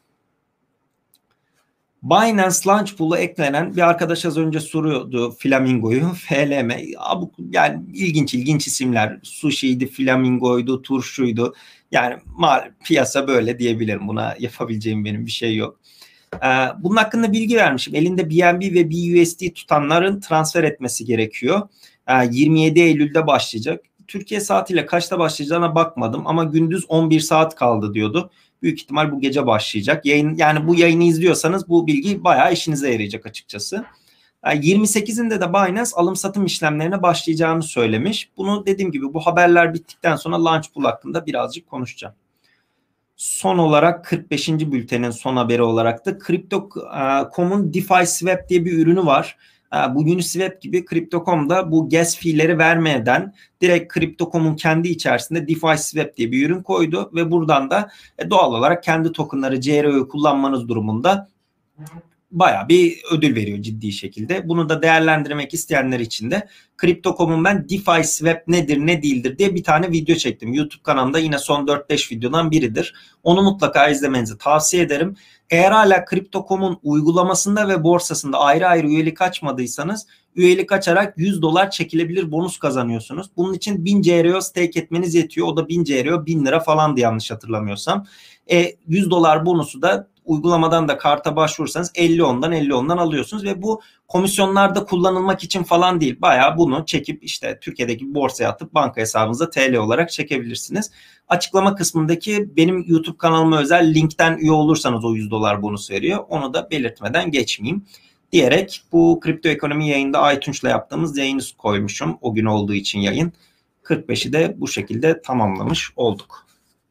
Binance Launch Pool'a eklenen bir arkadaş az önce soruyordu Flamingo'yu. FLM. Yani ilginç isimler. Sushi'ydi, Flamingo'ydu, Turşu'ydu. Yani piyasa böyle diyebilirim. Buna yapabileceğim benim bir şey yok. Bunun hakkında bilgi vermişim. Elinde BNB ve BUSD tutanların transfer etmesi gerekiyor. 27 Eylül'de başlayacak. Türkiye saatiyle kaçta başlayacağına bakmadım ama gündüz 11 saat kaldı diyordu. Büyük ihtimal bu gece başlayacak. Yani bu yayını izliyorsanız bu bilgi bayağı işinize yarayacak açıkçası. 28'inde de Binance alım satım işlemlerine başlayacağını söylemiş. Bunu dediğim gibi bu haberler bittikten sonra Launch Pool hakkında birazcık konuşacağım. Son olarak 45. bültenin son haberi olarak da Crypto.com'un DeFi Swap diye bir ürünü var. Bu Uniswap gibi Crypto.com'da bu gas fee'leri vermeden direkt Crypto.com'un kendi içerisinde DeFi Swap diye bir ürün koydu ve buradan da doğal olarak kendi tokenları CRO'yu kullanmanız durumunda bayağı bir ödül veriyor ciddi şekilde. Bunu da değerlendirmek isteyenler için de Crypto.com'un ben DeFi Swap nedir ne değildir diye bir tane video çektim. YouTube kanalımda yine son 4-5 videodan biridir. Onu mutlaka izlemenizi tavsiye ederim. Eğer hala Crypto.com'un uygulamasında ve borsasında ayrı ayrı üyelik açmadıysanız üyelik açarak $100 çekilebilir bonus kazanıyorsunuz. Bunun için 1000 CRO stake etmeniz yetiyor. O da 1000 CRO 1000 lira falandı yanlış hatırlamıyorsam. $100 bonusu da uygulamadan da karta başvurursanız 50 ondan alıyorsunuz ve bu komisyonlarda kullanılmak için falan değil. Bayağı bunu çekip işte Türkiye'deki bir borsaya atıp banka hesabınıza TL olarak çekebilirsiniz. Açıklama kısmındaki benim YouTube kanalıma özel linkten üye olursanız o $100 bonus veriyor. Onu da belirtmeden geçmeyeyim diyerek bu kripto ekonomi yayında Aytunç'la yaptığımız yayını koymuşum. O gün olduğu için yayın. 45'i de bu şekilde tamamlamış olduk.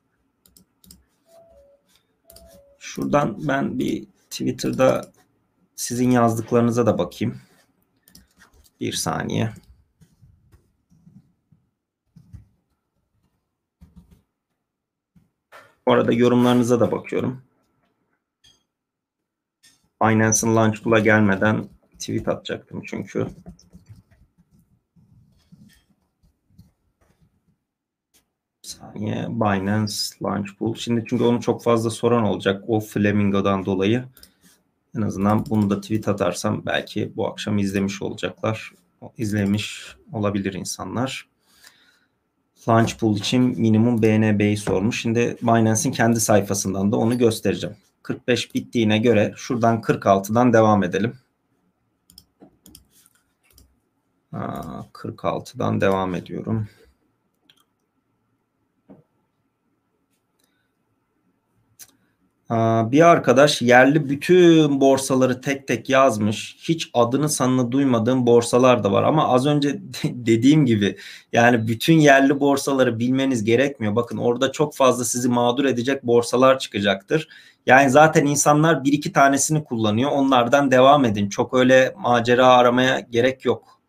Şuradan ben bir Twitter'da sizin yazdıklarınıza da bakayım. Bir saniye. Orada yorumlarınıza da bakıyorum. Binance'ın Launch Pool'a gelmeden tweet atacaktım çünkü. Bir saniye. Binance Launch Pool. Şimdi çünkü onu çok fazla soran olacak o Flamingo'dan dolayı. En azından bunu da tweet atarsam belki bu akşam izlemiş olacaklar. İzlemiş olabilir insanlar. Launch Pool için minimum BNB'yi sormuş. Şimdi Binance'in kendi sayfasından da onu göstereceğim. 45 bittiğine göre şuradan 46'dan devam edelim. 46'dan devam ediyorum. Bir arkadaş yerli bütün borsaları tek tek yazmış. Hiç adını sanını duymadığım borsalar da var. Ama az önce dediğim gibi yani bütün yerli borsaları bilmeniz gerekmiyor. Bakın orada çok fazla sizi mağdur edecek borsalar çıkacaktır. Yani zaten insanlar bir iki tanesini kullanıyor. Onlardan devam edin. Çok öyle macera aramaya gerek yok.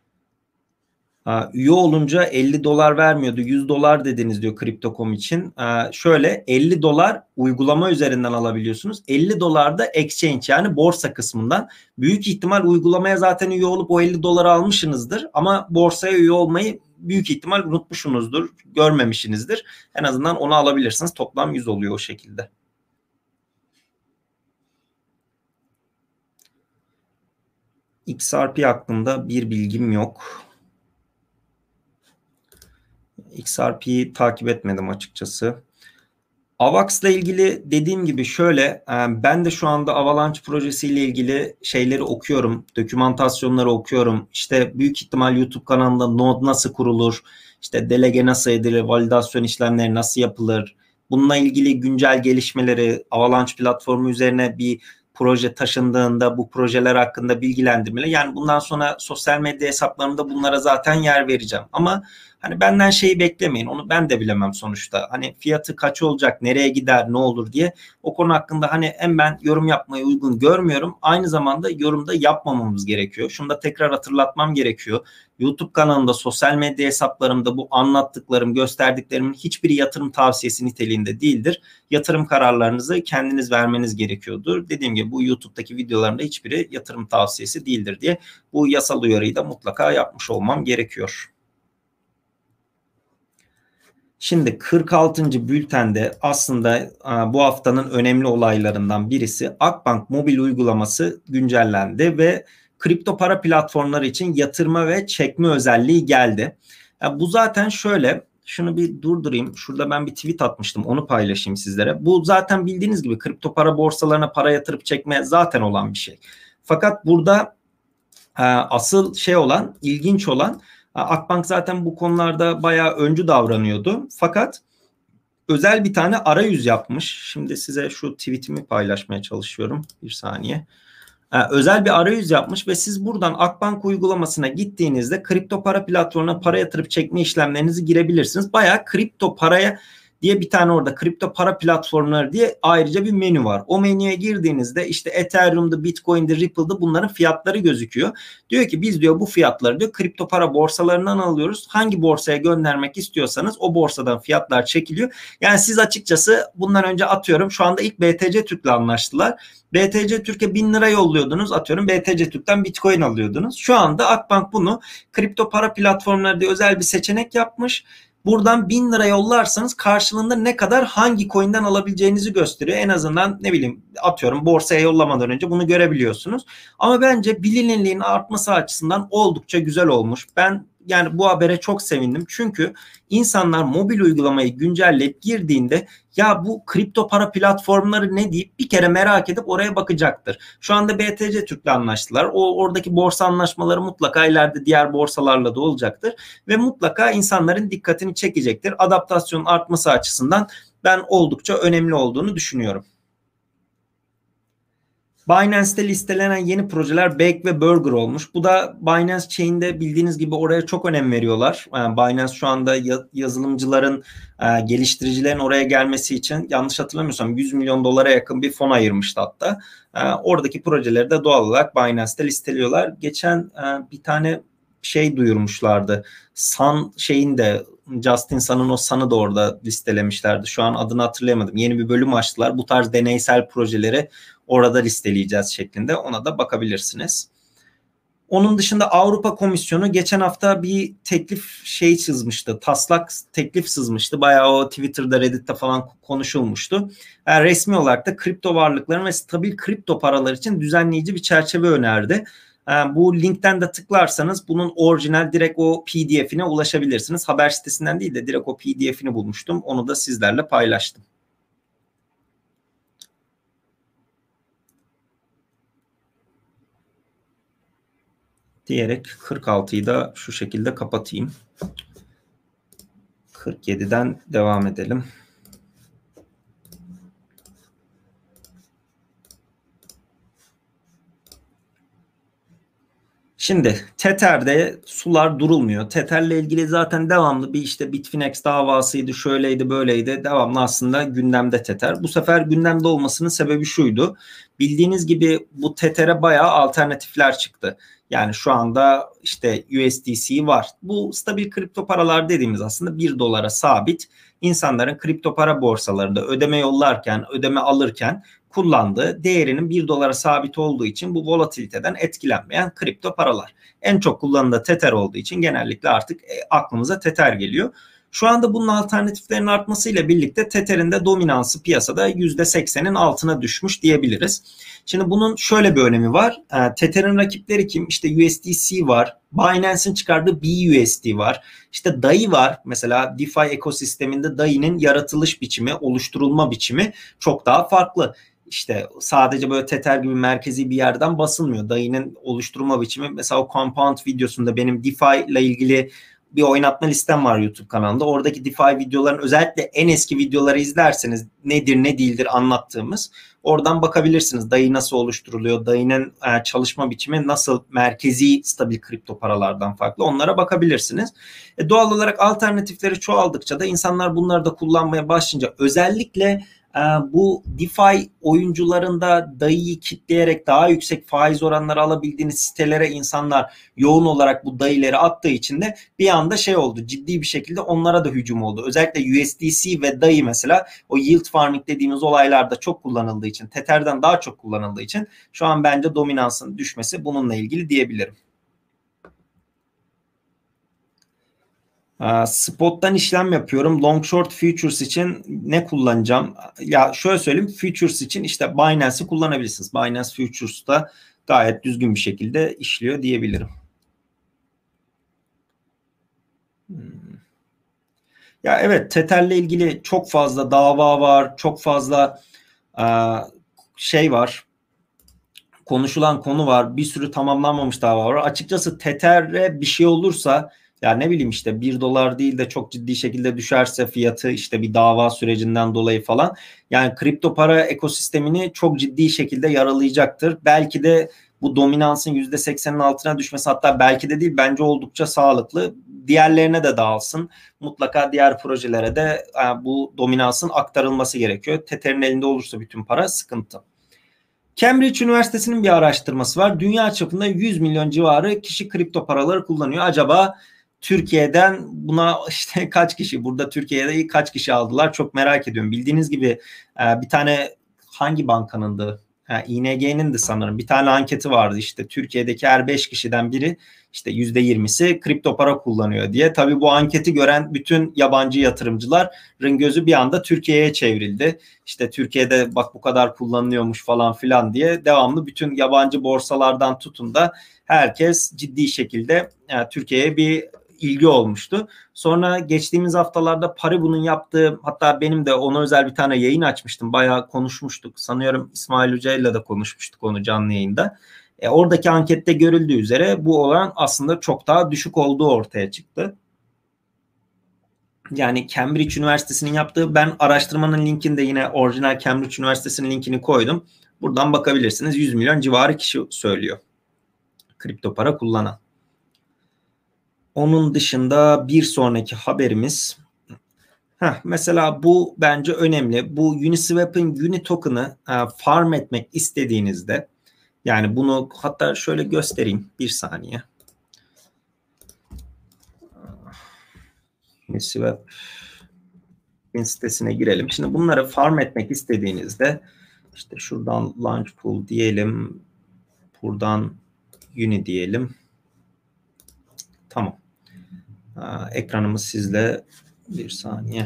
Üye olunca $50 vermiyordu. $100 dediniz diyor Crypto.com için. Şöyle $50 uygulama üzerinden alabiliyorsunuz. $50 da exchange yani borsa kısmından. Büyük ihtimal uygulamaya zaten üye olup o $50 almışsınızdır. Ama borsaya üye olmayı büyük ihtimal unutmuşsunuzdur, görmemişsinizdir. En azından onu alabilirsiniz. Toplam 100 oluyor o şekilde. XRP hakkında bir bilgim yok. XRP'yi takip etmedim açıkçası. AVAX'la ilgili dediğim gibi şöyle, ben de şu anda Avalanche projesiyle ilgili şeyleri okuyorum, dokümantasyonları okuyorum. İşte büyük ihtimal YouTube kanalında node nasıl kurulur, işte delege nasıl edilir, validasyon işlemleri nasıl yapılır, bununla ilgili güncel gelişmeleri, Avalanche platformu üzerine bir proje taşındığında bu projeler hakkında bilgilendirmeler. Yani bundan sonra sosyal medya hesaplarımda bunlara zaten yer vereceğim. Ama hani benden şeyi beklemeyin. Onu ben de bilemem sonuçta. Hani fiyatı kaç olacak, nereye gider, ne olur diye. O konu hakkında hani hem ben yorum yapmayı uygun görmüyorum. Aynı zamanda yorumda yapmamamız gerekiyor. Şunu da tekrar hatırlatmam gerekiyor. YouTube kanalımda, sosyal medya hesaplarımda bu anlattıklarım, gösterdiklerimin hiçbiri yatırım tavsiyesi niteliğinde değildir. Yatırım kararlarınızı kendiniz vermeniz gerekiyordur. Dediğim gibi bu YouTube'daki videolarımda hiçbiri yatırım tavsiyesi değildir diye bu yasal uyarıyı da mutlaka yapmış olmam gerekiyor. Şimdi 46. bültende aslında bu haftanın önemli olaylarından birisi Akbank mobil uygulaması güncellendi ve kripto para platformları için yatırma ve çekme özelliği geldi. Yani bu zaten şöyle, şunu bir durdurayım. Şurada ben bir tweet atmıştım, onu paylaşayım sizlere. Bu zaten bildiğiniz gibi kripto para borsalarına para yatırıp çekme zaten olan bir şey. Fakat burada asıl şey olan, ilginç olan, Akbank zaten bu konularda bayağı öncü davranıyordu. Fakat özel bir tane arayüz yapmış. Şimdi size şu tweetimi paylaşmaya çalışıyorum. Bir saniye. Özel bir arayüz yapmış ve siz buradan Akbank uygulamasına gittiğinizde kripto para platformuna para yatırıp çekme işlemlerinizi girebilirsiniz. Bayağı kripto paraya diye bir tane orada kripto para platformları diye ayrıca bir menü var. O menüye girdiğinizde işte Ethereum'da, Bitcoin'de, Ripple'da bunların fiyatları gözüküyor. Diyor ki biz diyor bu fiyatları diyor kripto para borsalarından alıyoruz. Hangi borsaya göndermek istiyorsanız o borsadan fiyatlar çekiliyor. Yani siz açıkçası bundan önce atıyorum şu anda ilk BTC Türk'le anlaştılar. BTC Türk'e 1000 lira yolluyordunuz, atıyorum BTC Türk'ten Bitcoin alıyordunuz. Şu anda Akbank bunu kripto para platformları diye özel bir seçenek yapmış. Buradan 1000 lira yollarsanız karşılığında ne kadar hangi coin'den alabileceğinizi gösteriyor. En azından ne bileyim atıyorum borsaya yollamadan önce bunu görebiliyorsunuz. Ama bence bilinirliğin artması açısından oldukça güzel olmuş. Ben yani bu habere çok sevindim. Çünkü insanlar mobil uygulamayı güncelleyip girdiğinde ya bu kripto para platformları ne deyip bir kere merak edip oraya bakacaktır. Şu anda BTC Türk'le anlaştılar. Oradaki borsa anlaşmaları mutlaka ileride diğer borsalarla da olacaktır. Ve mutlaka insanların dikkatini çekecektir. Adaptasyonun artması açısından ben oldukça önemli olduğunu düşünüyorum. Binance'te listelenen yeni projeler Bake ve Burger olmuş. Bu da Binance Chain'de bildiğiniz gibi oraya çok önem veriyorlar. Yani Binance şu anda yazılımcıların, geliştiricilerin oraya gelmesi için yanlış hatırlamıyorsam 100 milyon dolara yakın bir fon ayırmıştı hatta. Oradaki projeleri de doğal olarak Binance'te listeliyorlar. Geçen bir tane şey duyurmuşlardı. Sun şeyin de Justin Sun'ın o Sun'ı da orada listelemişlerdi. Şu an adını hatırlayamadım. Yeni bir bölüm açtılar. Bu tarz deneysel projeleri orada listeleyeceğiz şeklinde. Ona da bakabilirsiniz. Onun dışında Avrupa Komisyonu geçen hafta bir teklif çizmişti. Taslak teklif sızmıştı. Bayağı o Twitter'da, Reddit'te falan konuşulmuştu. Yani resmi olarak da kripto varlıkların ve stabil kripto paralar için düzenleyici bir çerçeve önerdi. Bu linkten de tıklarsanız bunun orijinal direkt o PDF'ine ulaşabilirsiniz. Haber sitesinden değil de direkt o PDF'ini bulmuştum. Onu da sizlerle paylaştım. Diyerek 46'yı da şu şekilde kapatayım. 47'den devam edelim. Şimdi Tether'de sular durulmuyor. Tether'le ilgili zaten devamlı bir işte Bitfinex davasıydı, şöyleydi, böyleydi. Devamlı aslında gündemde Tether. Bu sefer gündemde olmasının sebebi şuydu. Bildiğiniz gibi bu Tether'e bayağı alternatifler çıktı. Yani şu anda işte USDC var. Bu stabil kripto paralar dediğimiz aslında 1 dolara sabit. İnsanların kripto para borsalarında ödeme yollarken, ödeme alırken kullandığı değerinin 1 dolara sabit olduğu için bu volatiliteden etkilenmeyen kripto paralar. En çok kullanılan Tether olduğu için genellikle artık aklımıza Tether geliyor. Şu anda bunun alternatiflerin artmasıyla birlikte Tether'in de dominansı piyasada %80'in altına düşmüş diyebiliriz. Şimdi bunun şöyle bir önemi var. Tether'in rakipleri kim? İşte USDC var. Binance'in çıkardığı BUSD var. İşte DAI var. Mesela DeFi ekosisteminde DAI'nin yaratılış biçimi, oluşturulma biçimi çok daha farklı. İşte sadece böyle Tether gibi merkezi bir yerden basılmıyor. DAI'nin oluşturma biçimi, mesela o Compound videosunda benim DeFi ile ilgili bir oynatma listem var YouTube kanalında. Oradaki DeFi videoların, özellikle en eski videoları izlerseniz nedir ne değildir anlattığımız, oradan bakabilirsiniz. DAI nasıl oluşturuluyor, DAI'nin çalışma biçimi nasıl, merkezi stabil kripto paralardan farklı, onlara bakabilirsiniz. Doğal olarak alternatifleri çoğaldıkça da insanlar bunları da kullanmaya başlayınca, özellikle bu DeFi oyuncularında DAI'yi kitleyerek daha yüksek faiz oranları alabildiğiniz sitelere insanlar yoğun olarak bu DAI'leri attığı için de bir anda şey oldu, ciddi bir şekilde onlara da hücum oldu. Özellikle USDC ve DAI mesela o yield farming dediğimiz olaylarda çok kullanıldığı için, Tether'den daha çok kullanıldığı için şu an bence dominansın düşmesi bununla ilgili diyebilirim. Spot'tan işlem yapıyorum. Long short futures için ne kullanacağım? Ya şöyle söyleyeyim. Futures için işte Binance'i kullanabilirsiniz. Binance Futures'ta gayet düzgün bir şekilde işliyor diyebilirim. Ya evet, Tether'le ilgili çok fazla dava var. Çok fazla şey var. Konuşulan konu var. Bir sürü tamamlanmamış dava var. Açıkçası Tether'e bir şey olursa, ya ne bileyim işte 1 dolar değil de çok ciddi şekilde düşerse fiyatı, işte bir dava sürecinden dolayı falan, yani kripto para ekosistemini çok ciddi şekilde yaralayacaktır. Belki de bu dominansın %80'in altına düşmesi, hatta belki de değil, bence oldukça sağlıklı. Diğerlerine de dağılsın. Mutlaka diğer projelere de bu dominansın aktarılması gerekiyor. Tether'in elinde olursa bütün para sıkıntı. Cambridge Üniversitesi'nin bir araştırması var. Dünya çapında 100 milyon civarı kişi kripto paraları kullanıyor. Acaba Türkiye'den buna işte kaç kişi, burada Türkiye'de kaç kişi aldılar, çok merak ediyorum. Bildiğiniz gibi bir tane, hangi bankanındı? ING'nin de sanırım bir tane anketi vardı, işte Türkiye'deki her 5 kişiden biri, işte %20'si kripto para kullanıyor diye. Tabii bu anketi gören bütün yabancı yatırımcıların gözü bir anda Türkiye'ye çevrildi. İşte Türkiye'de bak bu kadar kullanılıyormuş falan filan diye devamlı bütün yabancı borsalardan tutun da herkes ciddi şekilde Türkiye'ye bir ilgi olmuştu. Sonra geçtiğimiz haftalarda Paribu'nun yaptığı, hatta benim de ona özel bir tane yayın açmıştım. Bayağı konuşmuştuk. Sanıyorum İsmail Hoca'yla da konuşmuştuk onu canlı yayında. Oradaki ankette görüldüğü üzere bu oran aslında çok daha düşük olduğu ortaya çıktı. Yani Cambridge Üniversitesi'nin yaptığı, ben araştırmanın linkini de yine orijinal Cambridge Üniversitesi'nin linkini koydum. Buradan bakabilirsiniz. 100 milyon civarı kişi söylüyor kripto para kullanan. Onun dışında bir sonraki haberimiz, mesela bu bence önemli. Bu Uniswap'ın Uni token'ı farm etmek istediğinizde, yani bunu hatta şöyle göstereyim bir saniye. Uniswap sitesine girelim. Şimdi bunları farm etmek istediğinizde işte şuradan launch pool diyelim. Buradan Uni diyelim. Tamam. Ekranımız sizle, bir saniye.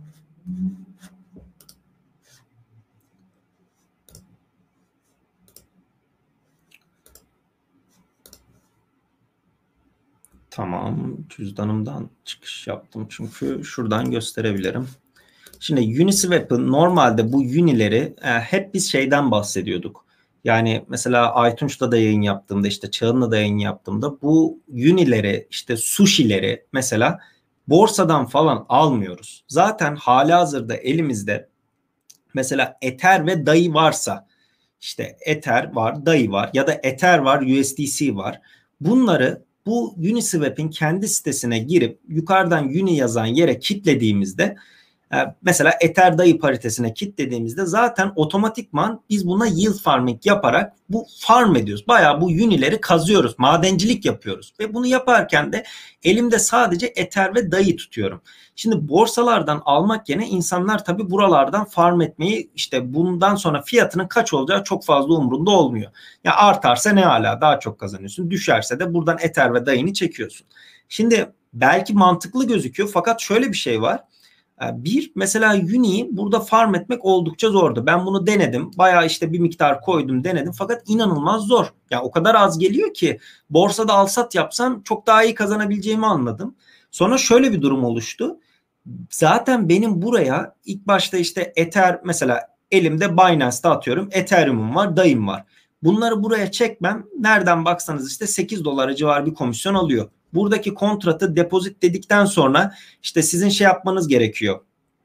Tamam. Cüzdanımdan çıkış yaptım çünkü şuradan gösterebilirim. Şimdi Uniswap'ın normalde bu Uni'leri hep biz şeyden bahsediyorduk. Yani mesela Aytunç'ta da yayın yaptığımda, işte Çağın'la da yayın yaptığımda bu Uni'leri, işte sushi'leri mesela borsadan falan almıyoruz. Zaten halihazırda elimizde mesela Ether ve DAI varsa, işte Ether var, DAI var ya da Ether var, USDC var. Bunları bu Uniswap'in kendi sitesine girip yukarıdan Uni yazan yere kilitlediğimizde Mesela Ether dayı paritesine kilitlediğimizde zaten otomatikman biz buna yield farming yaparak bu farm ediyoruz. Bayağı bu unileri kazıyoruz. Madencilik yapıyoruz. Ve bunu yaparken de elimde sadece Ether ve dayı tutuyorum. Şimdi borsalardan almak yerine insanlar tabii buralardan farm etmeyi, işte bundan sonra fiyatının kaç olacağı çok fazla umurunda olmuyor. Ya artarsa ne ala, daha çok kazanıyorsun. Düşerse de buradan Ether ve dayını çekiyorsun. Şimdi belki mantıklı gözüküyor fakat şöyle bir şey var. Bir, mesela Uni'yi burada farm etmek oldukça zordu. Ben bunu denedim. Bayağı işte bir miktar koydum, denedim. Fakat inanılmaz zor. Yani o kadar az geliyor ki borsada alsat yapsam çok daha iyi kazanabileceğimi anladım. Sonra şöyle bir durum oluştu. Zaten benim buraya ilk başta işte Ether, mesela elimde Binance'da atıyorum Ethereum'um var, dayım var. Bunları buraya çekmem nereden baksanız işte 8 dolara civar bir komisyon alıyor. Buradaki kontratı depozit dedikten sonra işte sizin şey yapmanız gerekiyor.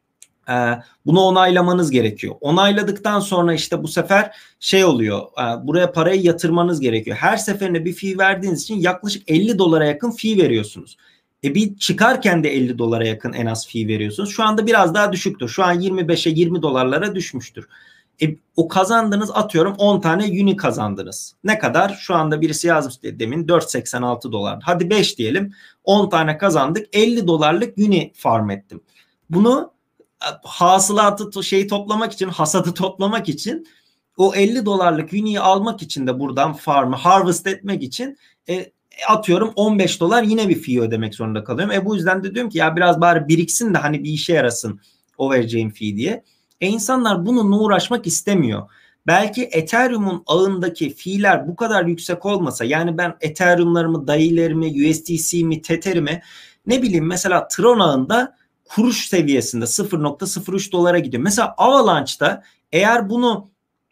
Bunu onaylamanız gerekiyor. Onayladıktan sonra işte bu sefer şey oluyor. Buraya parayı yatırmanız gerekiyor. Her seferinde bir fee verdiğiniz için yaklaşık 50 dolara yakın fee veriyorsunuz. Bir çıkarken de 50 dolara yakın en az fee veriyorsunuz. Şu anda biraz daha düşüktür. Şu an 25'e 20 dolarlara düşmüştür. O kazandınız, atıyorum 10 tane uni kazandınız. Ne kadar? Şu anda birisi yazmış demin 4,86 dolar. Hadi 5 diyelim. 10 tane kazandık. 50 dolarlık uni farm ettim. Bunu hasılatı toplamak için, hasadı toplamak için, o 50 dolarlık uni'yi almak için de buradan farmı harvest etmek için atıyorum 15 dolar yine bir fee ödemek zorunda kalıyorum. Bu yüzden de diyorum ki ya biraz bari biriksin de hani bir işe yarasın o vereceğim fee diye. İnsanlar bununla uğraşmak istemiyor. Belki Ethereum'un ağındaki fee'ler bu kadar yüksek olmasa, yani ben Ethereum'larımı, dayılarımı, USDC'mi, Tether'imi ne bileyim mesela Tron ağında kuruş seviyesinde 0,03 dolara gidiyor. Mesela Avalanche'da eğer bunu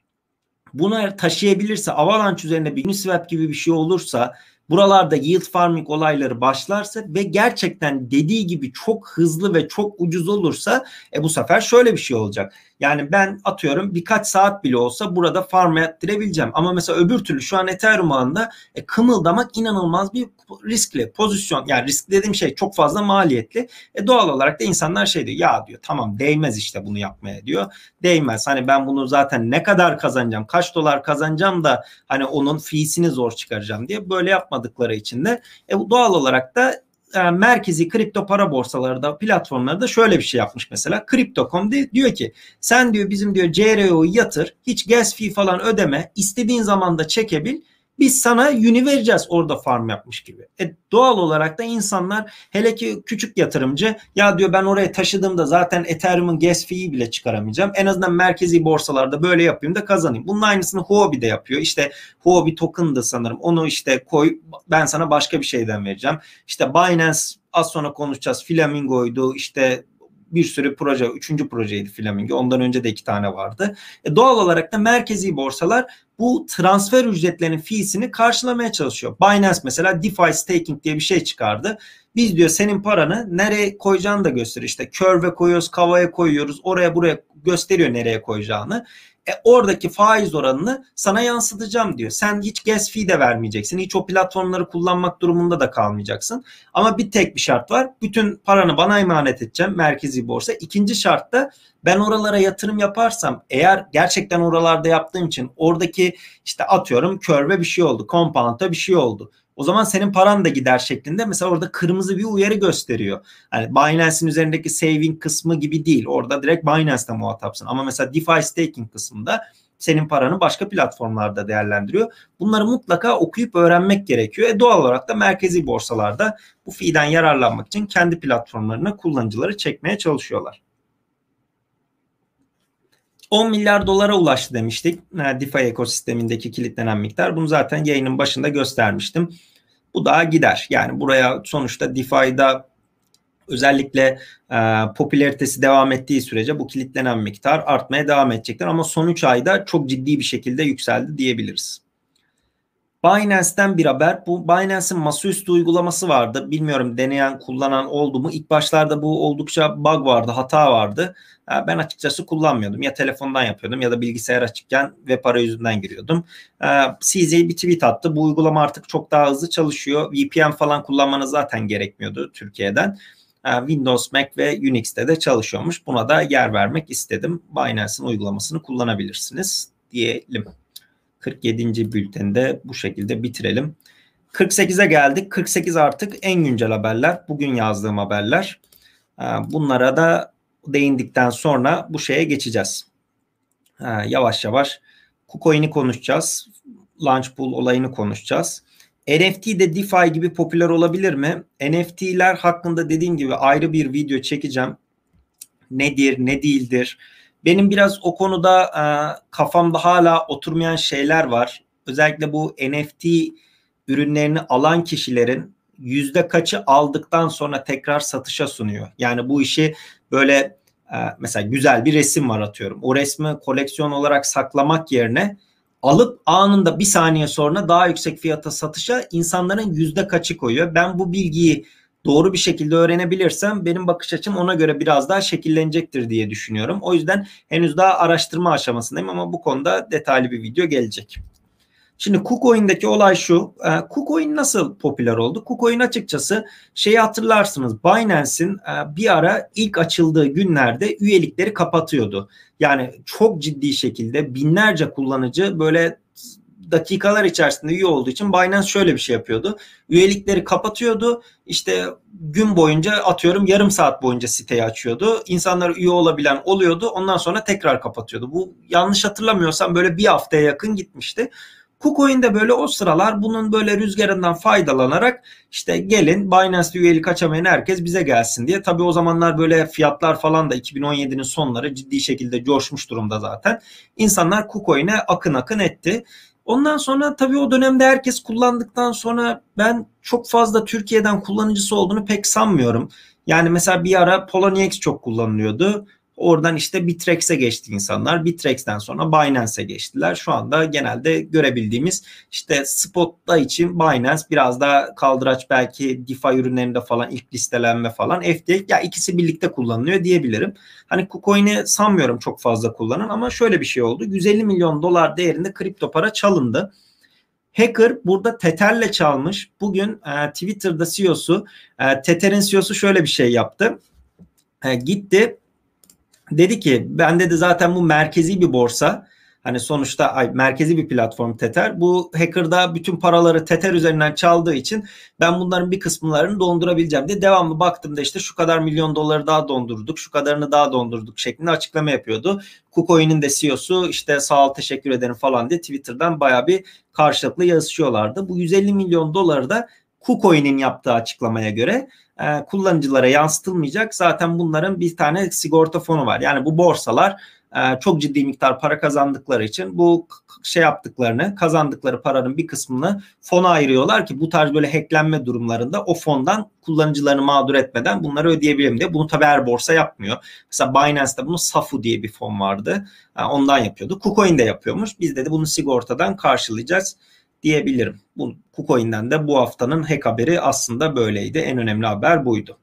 taşıyabilirse, Avalanche üzerinde bir Uniswap gibi bir şey olursa, buralarda yield farming olayları başlarsa ve gerçekten dediği gibi çok hızlı ve çok ucuz olursa bu sefer şöyle bir şey olacak. Yani ben atıyorum birkaç saat bile olsa burada farm ettirebileceğim. Ama mesela öbür türlü şu an Ethereum ağında kımıldamak inanılmaz bir riskli pozisyon. Yani risk dediğim şey çok fazla maliyetli. Doğal olarak da insanlar şey diyor, ya diyor tamam değmez işte bunu yapmaya diyor. Değmez. Hani ben bunu zaten ne kadar kazanacağım, kaç dolar kazanacağım da hani onun fee'sini zor çıkaracağım diye böyle yapmadıkları için de doğal olarak da merkezi kripto para borsaları da, platformları da şöyle bir şey yapmış mesela. Crypto.com diyor ki sen diyor bizim diyor CRO'yu yatır, hiç gas fee falan ödeme, istediğin zaman da çekebil. Biz sana uni vereceğiz orada farm yapmış gibi. Doğal olarak da insanlar, hele ki küçük yatırımcı, ya diyor ben oraya taşıdığımda zaten Ethereum'un gas fee'yi bile çıkaramayacağım. En azından merkezi borsalarda böyle yapayım da kazanayım. Bunun aynısını Huobi de yapıyor. İşte Huobi token da sanırım. Onu işte koy, ben sana başka bir şeyden vereceğim. İşte Binance, az sonra konuşacağız, Flamingo'ydu, işte bir sürü proje, 3. projeydi Flamingo. Ondan önce de 2 tane vardı. Doğal olarak da merkezi borsalar bu transfer ücretlerinin fee'sini karşılamaya çalışıyor. Binance mesela DeFi staking diye bir şey çıkardı. Biz diyor senin paranı nereye koyacağını da gösteriyor. İşte Curve'e koyuyoruz, Kava'ya koyuyoruz. Oraya buraya gösteriyor nereye koyacağını. Oradaki faiz oranını sana yansıtacağım diyor. Sen hiç gas fee de vermeyeceksin. Hiç o platformları kullanmak durumunda da kalmayacaksın. Ama bir tek bir şart var. Bütün paranı bana emanet edeceğim, merkezi borsa. İkinci şart da ben oralara yatırım yaparsam, eğer gerçekten oralarda yaptığım için oradaki işte atıyorum Curve'e bir şey oldu, Compound'a bir şey oldu. O zaman senin paran da gider şeklinde mesela orada kırmızı bir uyarı gösteriyor. Yani Binance'in üzerindeki saving kısmı gibi değil. Orada direkt Binance'da muhatapsın. Ama mesela DeFi staking kısmında senin paranı başka platformlarda değerlendiriyor. Bunları mutlaka okuyup öğrenmek gerekiyor. Doğal olarak da merkezi borsalarda bu fee'den yararlanmak için kendi platformlarına kullanıcıları çekmeye çalışıyorlar. 10 milyar dolara ulaştı demiştik. DeFi ekosistemindeki kilitlenen miktar. Bunu zaten yayının başında göstermiştim. Bu daha gider. Yani buraya sonuçta DeFi'da özellikle popülaritesi devam ettiği sürece bu kilitlenen miktar artmaya devam edecektir. Ama son 3 ayda çok ciddi bir şekilde yükseldi diyebiliriz. Binance'ten bir haber. Bu Binance'in masaüstü uygulaması vardı. Bilmiyorum deneyen, kullanan oldu mu? İlk başlarda bu oldukça bug vardı, hata vardı. Ben açıkçası kullanmıyordum. Ya telefondan yapıyordum ya da bilgisayar açıkken web arayüzünden giriyordum. CZ bir tweet attı. Bu uygulama artık çok daha hızlı çalışıyor. VPN falan kullanmanız zaten gerekmiyordu Türkiye'den. Windows, Mac ve Unix'te de çalışıyormuş. Buna da yer vermek istedim. Binance'in uygulamasını kullanabilirsiniz diyelim. 47. bülteni bu şekilde bitirelim. 48'e geldik. 48 artık en güncel haberler. Bugün yazdığım haberler. Bunlara da değindikten sonra bu şeye geçeceğiz. Yavaş yavaş KuCoin'i konuşacağız. Launchpool olayını konuşacağız. NFT de DeFi gibi popüler olabilir mi? NFT'ler hakkında dediğim gibi ayrı bir video çekeceğim. Nedir, ne değildir? Benim biraz o konuda kafamda hala oturmayan şeyler var. Özellikle bu NFT ürünlerini alan kişilerin yüzde kaçı aldıktan sonra tekrar satışa sunuyor. Yani bu işi böyle mesela güzel bir resim var atıyorum. O resmi koleksiyon olarak saklamak yerine alıp anında bir saniye sonra daha yüksek fiyata satışa insanların yüzde kaçı koyuyor. Ben bu bilgiyi doğru bir şekilde öğrenebilirsem benim bakış açım ona göre biraz daha şekillenecektir diye düşünüyorum. O yüzden henüz daha araştırma aşamasındayım ama bu konuda detaylı bir video gelecek. Şimdi KuCoin'deki olay şu. KuCoin nasıl popüler oldu? KuCoin açıkçası şeyi hatırlarsınız. Binance'in bir ara ilk açıldığı günlerde üyelikleri kapatıyordu. Yani çok ciddi şekilde binlerce kullanıcı böyle dakikalar içerisinde üye olduğu için Binance şöyle bir şey yapıyordu. Üyelikleri kapatıyordu. İşte gün boyunca atıyorum yarım saat boyunca siteyi açıyordu. İnsanlar üye olabilen oluyordu. Ondan sonra tekrar kapatıyordu. Bu yanlış hatırlamıyorsam böyle bir haftaya yakın gitmişti. KuCoin de böyle o sıralar bunun böyle rüzgarından faydalanarak işte gelin Binance'de üyelik açamayan herkes bize gelsin diye. Tabii o zamanlar böyle fiyatlar falan da 2017'nin sonları ciddi şekilde coşmuş durumda zaten. İnsanlar KuCoin'e akın akın etti. Ondan sonra tabii o dönemde herkes kullandıktan sonra ben çok fazla Türkiye'den kullanıcısı olduğunu pek sanmıyorum. Yani mesela bir ara Poloniex çok kullanılıyordu. Oradan işte Bitrex'e geçti insanlar. Bitrex'ten sonra Binance'e geçtiler. Şu anda genelde görebildiğimiz işte spot'ta için Binance biraz daha kaldıraç belki DeFi ürünlerinde falan ilk listelenme falan. FTX ya ikisi birlikte kullanılıyor diyebilirim. Hani KuCoin'i sanmıyorum çok fazla kullanan ama şöyle bir şey oldu. 150 milyon dolar değerinde kripto para çalındı. Hacker burada Tether'le çalmış. Bugün Twitter'da CEO'su, Tether'in CEO'su şöyle bir şey yaptı. Gitti. Dedi ki ben dedi zaten bu merkezi bir borsa. Hani sonuçta merkezi bir platform Tether. Bu hacker'da bütün paraları Tether üzerinden çaldığı için ben bunların bir kısımlarını dondurabileceğim diye devamlı baktığımda işte şu kadar milyon doları daha dondurduk, şu kadarını daha dondurduk şeklinde açıklama yapıyordu. KuCoin'in de CEO'su işte sağ ol teşekkür ederim falan diye Twitter'dan bayağı bir karşılıklı yazışıyorlardı. Bu 150 milyon doları da KuCoin'in yaptığı açıklamaya göre kullanıcılara yansıtılmayacak. Zaten bunların bir tane sigorta fonu var. Yani bu borsalar çok ciddi miktar para kazandıkları için bu şey yaptıklarını, kazandıkları paranın bir kısmını fona ayırıyorlar ki bu tarz böyle hacklenme durumlarında o fondan kullanıcılarını mağdur etmeden bunları ödeyebilirim diye. Bunu tabii her borsa yapmıyor. Mesela Binance'da bunun SAFU diye bir fon vardı. Ondan yapıyordu. KuCoin de yapıyormuş. Biz de bunu sigortadan karşılayacağız diyebilirim. Bu KuCoin'den de bu haftanın hack haberi aslında böyleydi. En önemli haber buydu.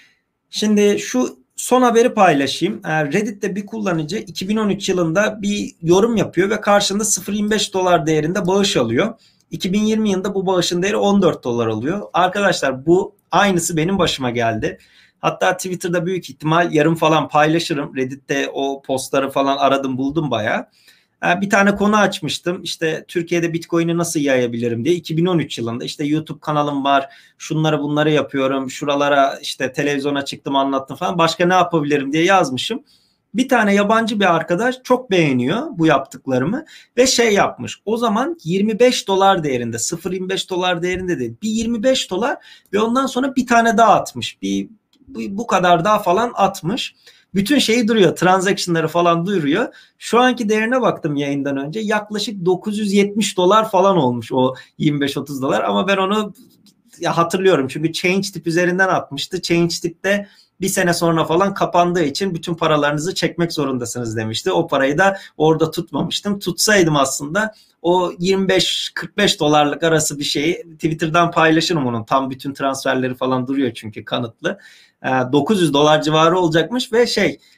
Şimdi şu son haberi paylaşayım. Reddit'te bir kullanıcı 2013 yılında bir yorum yapıyor ve karşında 0.25 dolar değerinde bağış alıyor. 2020 yılında bu bağışın değeri 14 dolar oluyor. Arkadaşlar bu aynısı benim başıma geldi. Hatta Twitter'da büyük ihtimal yarın falan paylaşırım. Reddit'te o postları falan aradım buldum bayağı. Bir tane konu açmıştım. İşte Türkiye'de Bitcoin'i nasıl yayabilirim diye. 2013 yılında işte YouTube kanalım var. Şunları bunları yapıyorum. Şuralara işte televizyona çıktım anlattım falan. Başka ne yapabilirim diye yazmışım. Bir tane yabancı bir arkadaş çok beğeniyor bu yaptıklarımı ve şey yapmış. O zaman 25 dolar değerinde 0.25 dolar değerinde değil. Bir 25 dolar ve ondan sonra bir tane daha atmış. Bu kadar daha falan atmış. Bütün şeyi duruyor. Transaction'ları falan duyuruyor. Şu anki değerine baktım yayından önce. Yaklaşık 970 dolar falan olmuş o 25-30 dolar. Ama ben onu hatırlıyorum. Çünkü ChangeTip üzerinden atmıştı. ChangeTip'te bir sene sonra falan kapandığı için bütün paralarınızı çekmek zorundasınız demişti. O parayı da orada tutmamıştım. Tutsaydım aslında o 25-45 dolarlık arası bir şeyi Twitter'dan paylaşırım onun. Tam bütün transferleri falan duruyor çünkü kanıtlı. 900 dolar civarı olacakmış ve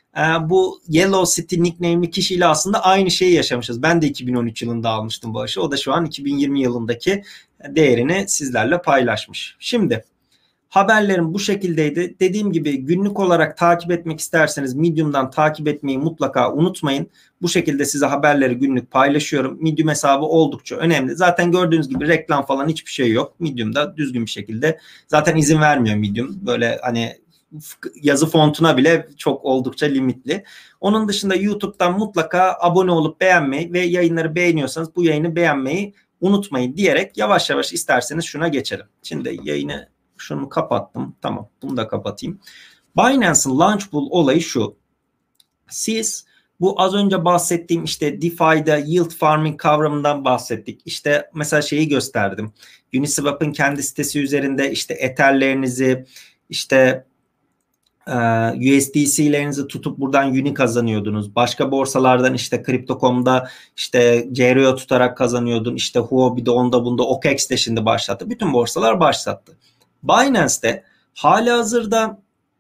bu Yellow City nickname'li kişiyle aslında aynı şeyi yaşamışız. Ben de 2013 yılında almıştım bağışı. O da şu an 2020 yılındaki değerini sizlerle paylaşmış. Şimdi Haberlerim bu şekildeydi. Dediğim gibi günlük olarak takip etmek isterseniz Medium'dan takip etmeyi mutlaka unutmayın. Bu şekilde size haberleri günlük paylaşıyorum. Medium hesabı oldukça önemli. Zaten gördüğünüz gibi reklam falan hiçbir şey yok. Medium'da düzgün bir şekilde. Zaten izin vermiyor Medium. Böyle hani yazı fontuna bile çok oldukça limitli. Onun dışında YouTube'dan mutlaka abone olup beğenmeyi ve yayınları beğeniyorsanız bu yayını beğenmeyi unutmayın diyerek yavaş yavaş isterseniz şuna geçelim. Şimdi yayını şunu kapattım. Tamam, bunu da kapatayım. Binance'ın Launchpool olayı şu. Siz bu az önce bahsettiğim işte DeFi'de yield farming kavramından bahsettik. İşte mesela şeyi gösterdim. Uniswap'ın kendi sitesi üzerinde işte Ether'lerinizi işte USDC'lerinizi tutup buradan Uni kazanıyordunuz. Başka borsalardan işte Crypto.com'da işte CRO tutarak kazanıyordun. İşte Huobi'de onda bunda OKEX'te şimdi başlattı. Bütün borsalar başlattı. Binance'de halihazırda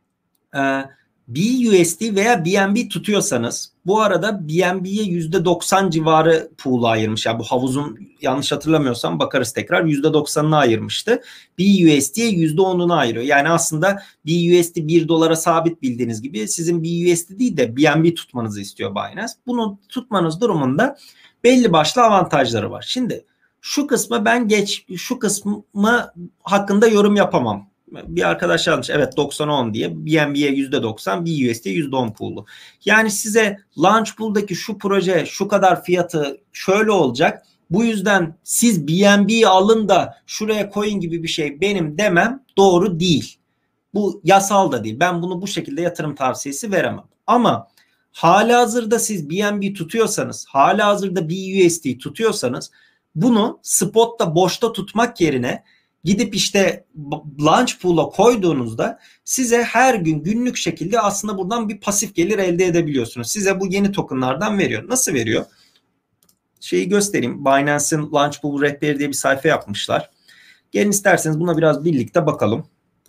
BUSD veya BNB tutuyorsanız bu arada BNB'ye %90 civarı pool'a ayırmış. Yani bu havuzun yanlış hatırlamıyorsam bakarız tekrar %90'ını ayırmıştı. BUSD'ye %10'unu ayırıyor. Yani aslında BUSD 1 dolara sabit bildiğiniz gibi sizin BUSD değil de BNB tutmanızı istiyor Binance. Bunu tutmanız durumunda belli başlı avantajları var. Şimdi şu kısmı şu kısmı hakkında yorum yapamam. Bir arkadaş yazmış evet 90-10 diye BNB'ye %90 BUSD'ye %10 pool'u. Yani size Launchpool'daki şu proje şu kadar fiyatı şöyle olacak. Bu yüzden siz BNB'yi alın da şuraya koyun gibi bir şey benim demem doğru değil. Bu yasal da değil. Ben bunu bu şekilde yatırım tavsiyesi veremem. Ama halihazırda siz BNB tutuyorsanız, halihazırda BUSD tutuyorsanız bunu spotta boşta tutmak yerine gidip işte Launchpool'a koyduğunuzda size her gün günlük şekilde aslında buradan bir pasif gelir elde edebiliyorsunuz. Size bu yeni tokenlardan veriyor. Nasıl veriyor? Şeyi göstereyim. Binance'in Launchpool rehberi diye bir sayfa yapmışlar. Gelin isterseniz buna biraz birlikte bakalım.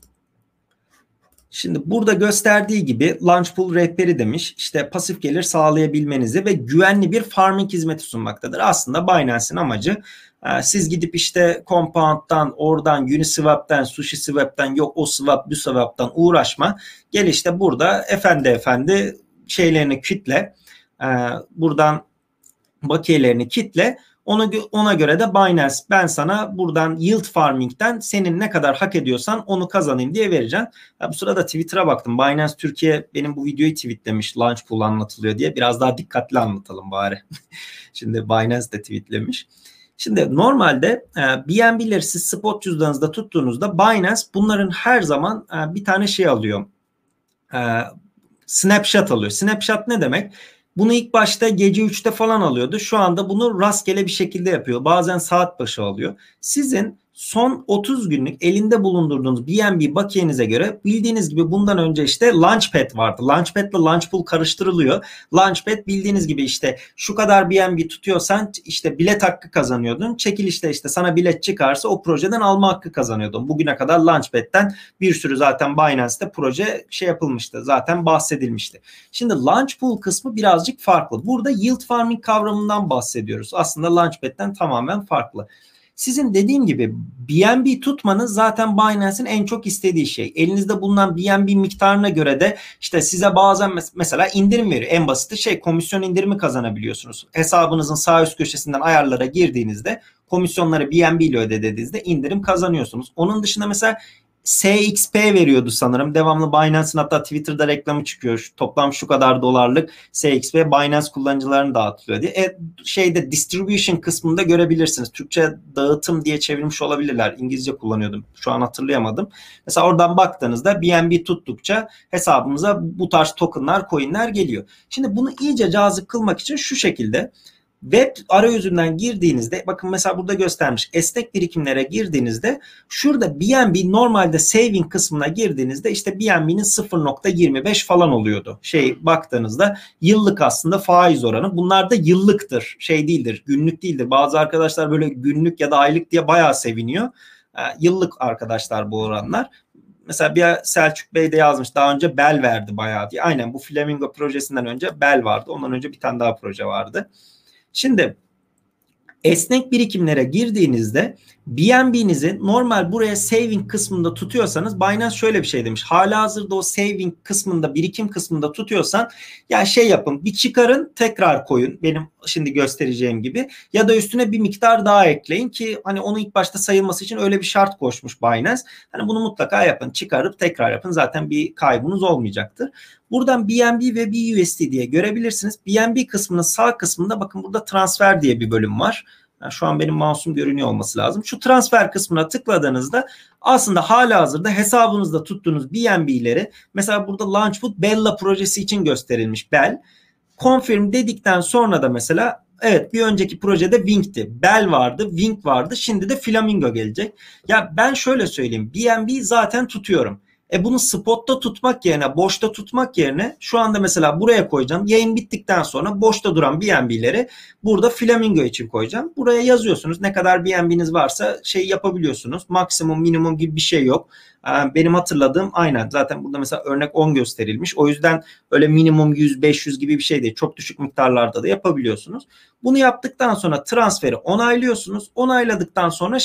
Şimdi burada gösterdiği gibi Launchpool rehberi demiş. İşte pasif gelir sağlayabilmenizi ve güvenli bir farming hizmeti sunmaktadır. Aslında Binance'in amacı siz gidip işte Compound'dan, oradan Uniswap'tan, SushiSwap'tan, yok o swap, bu swap'tan uğraşma. Gel işte burada efendi şeylerini kitle. Buradan bakiyelerini kitle. Ona göre de Binance ben sana buradan yield farming'den senin ne kadar hak ediyorsan onu kazanayım diye vereceğim. Bu sırada Twitter'a baktım. Binance Türkiye benim bu videoyu tweetlemiş. Launchpool anlatılıyor diye. Biraz daha dikkatli anlatalım bari. Şimdi Binance de tweetlemiş. Şimdi normalde BNB'leri siz spot cüzdanınızda tuttuğunuzda Binance bunların her zaman bir tane şey alıyor. Snapshot alıyor. Snapshot ne demek? Bunu ilk başta gece 3'te falan alıyordu. Şu anda bunu rastgele bir şekilde yapıyor. Bazen saat başı alıyor. Sizin son 30 günlük elinde bulundurduğunuz BNB bakiyenize göre bildiğiniz gibi bundan önce işte Launchpad vardı. Launchpad ile Launchpool karıştırılıyor. Launchpad bildiğiniz gibi işte şu kadar BNB tutuyorsan işte bilet hakkı kazanıyordun. Çekilişte işte sana bilet çıkarsa o projeden alma hakkı kazanıyordun. Bugüne kadar Launchpad'den bir sürü zaten Binance'te proje şey yapılmıştı. Zaten bahsedilmişti. Şimdi Launchpool kısmı birazcık farklı. Burada yield farming kavramından bahsediyoruz. Aslında Launchpad'den tamamen farklı. Sizin dediğim gibi BNB tutmanız zaten Binance'in en çok istediği şey. Elinizde bulunan BNB miktarına göre de işte size bazen mesela indirim veriyor. En basiti şey komisyon indirimi kazanabiliyorsunuz. Hesabınızın sağ üst köşesinden ayarlara girdiğinizde komisyonları BNB ile ödediğinizde indirim kazanıyorsunuz. Onun dışında mesela SXP veriyordu sanırım. Devamlı Binance'ın hatta Twitter'da reklamı çıkıyor. Toplam şu kadar dolarlık SXP Binance kullanıcılarına dağıtılıyor diye. Şeyde distribution kısmında görebilirsiniz. Türkçe dağıtım diye çevirmiş olabilirler. İngilizce kullanıyordum. Şu an hatırlayamadım. Mesela oradan baktığınızda BNB tuttukça hesabımıza bu tarz tokenlar, coinler geliyor. Şimdi bunu iyice cazip kılmak için şu şekilde web arayüzünden girdiğinizde bakın mesela burada göstermiş esnek birikimlere girdiğinizde şurada BNB normalde saving kısmına girdiğinizde işte BNB'nin 0.25 falan oluyordu. Baktığınızda yıllık aslında faiz oranı. Bunlar da yıllıktır. Değildir. Günlük değildir. Bazı arkadaşlar böyle günlük ya da aylık diye bayağı seviniyor. Yıllık arkadaşlar bu oranlar. Mesela bir Selçuk Bey de yazmış daha önce Bell verdi bayağı diye. Aynen bu Flamingo projesinden önce Bell vardı. Ondan önce bir tane daha proje vardı. Şimdi esnek birikimlere girdiğinizde BNB'nizi normal buraya saving kısmında tutuyorsanız Binance şöyle bir şey demiş. Halihazırda o saving kısmında, birikim kısmında tutuyorsan ya şey yapın, bir çıkarın tekrar koyun benim şimdi göstereceğim gibi, ya da üstüne bir miktar daha ekleyin ki hani onu ilk başta sayılması için öyle bir şart koşmuş Binance. Hani bunu mutlaka yapın, çıkarıp tekrar yapın, zaten bir kaybınız olmayacaktır. Buradan BNB ve BUSD diye görebilirsiniz. BNB kısmının sağ kısmında bakın burada transfer diye bir bölüm var. Yani şu an benim mouse'um görünüyor olması lazım. Şu transfer kısmına tıkladığınızda aslında halihazırda hesabınızda tuttuğunuz BNB'leri, mesela burada Launchpool Bella projesi için gösterilmiş Bell. Confirm dedikten sonra da mesela evet, bir önceki projede Wing'ti. Bell vardı, Wing vardı. Şimdi de Flamingo gelecek. Ya ben şöyle söyleyeyim. BNB zaten tutuyorum. Bunu spotta tutmak yerine, boşta tutmak yerine şu anda mesela buraya koyacağım. Yayın bittikten sonra boşta duran BNB'leri burada Flamingo için koyacağım. Buraya yazıyorsunuz. Ne kadar BNB'niz varsa şey yapabiliyorsunuz. Maksimum, minimum gibi bir şey yok. Benim hatırladığım aynen. Zaten burada mesela örnek 10 gösterilmiş. O yüzden öyle minimum 100-500 gibi bir şey değil. Çok düşük miktarlarda da yapabiliyorsunuz. Bunu yaptıktan sonra transferi onaylıyorsunuz. Onayladıktan sonra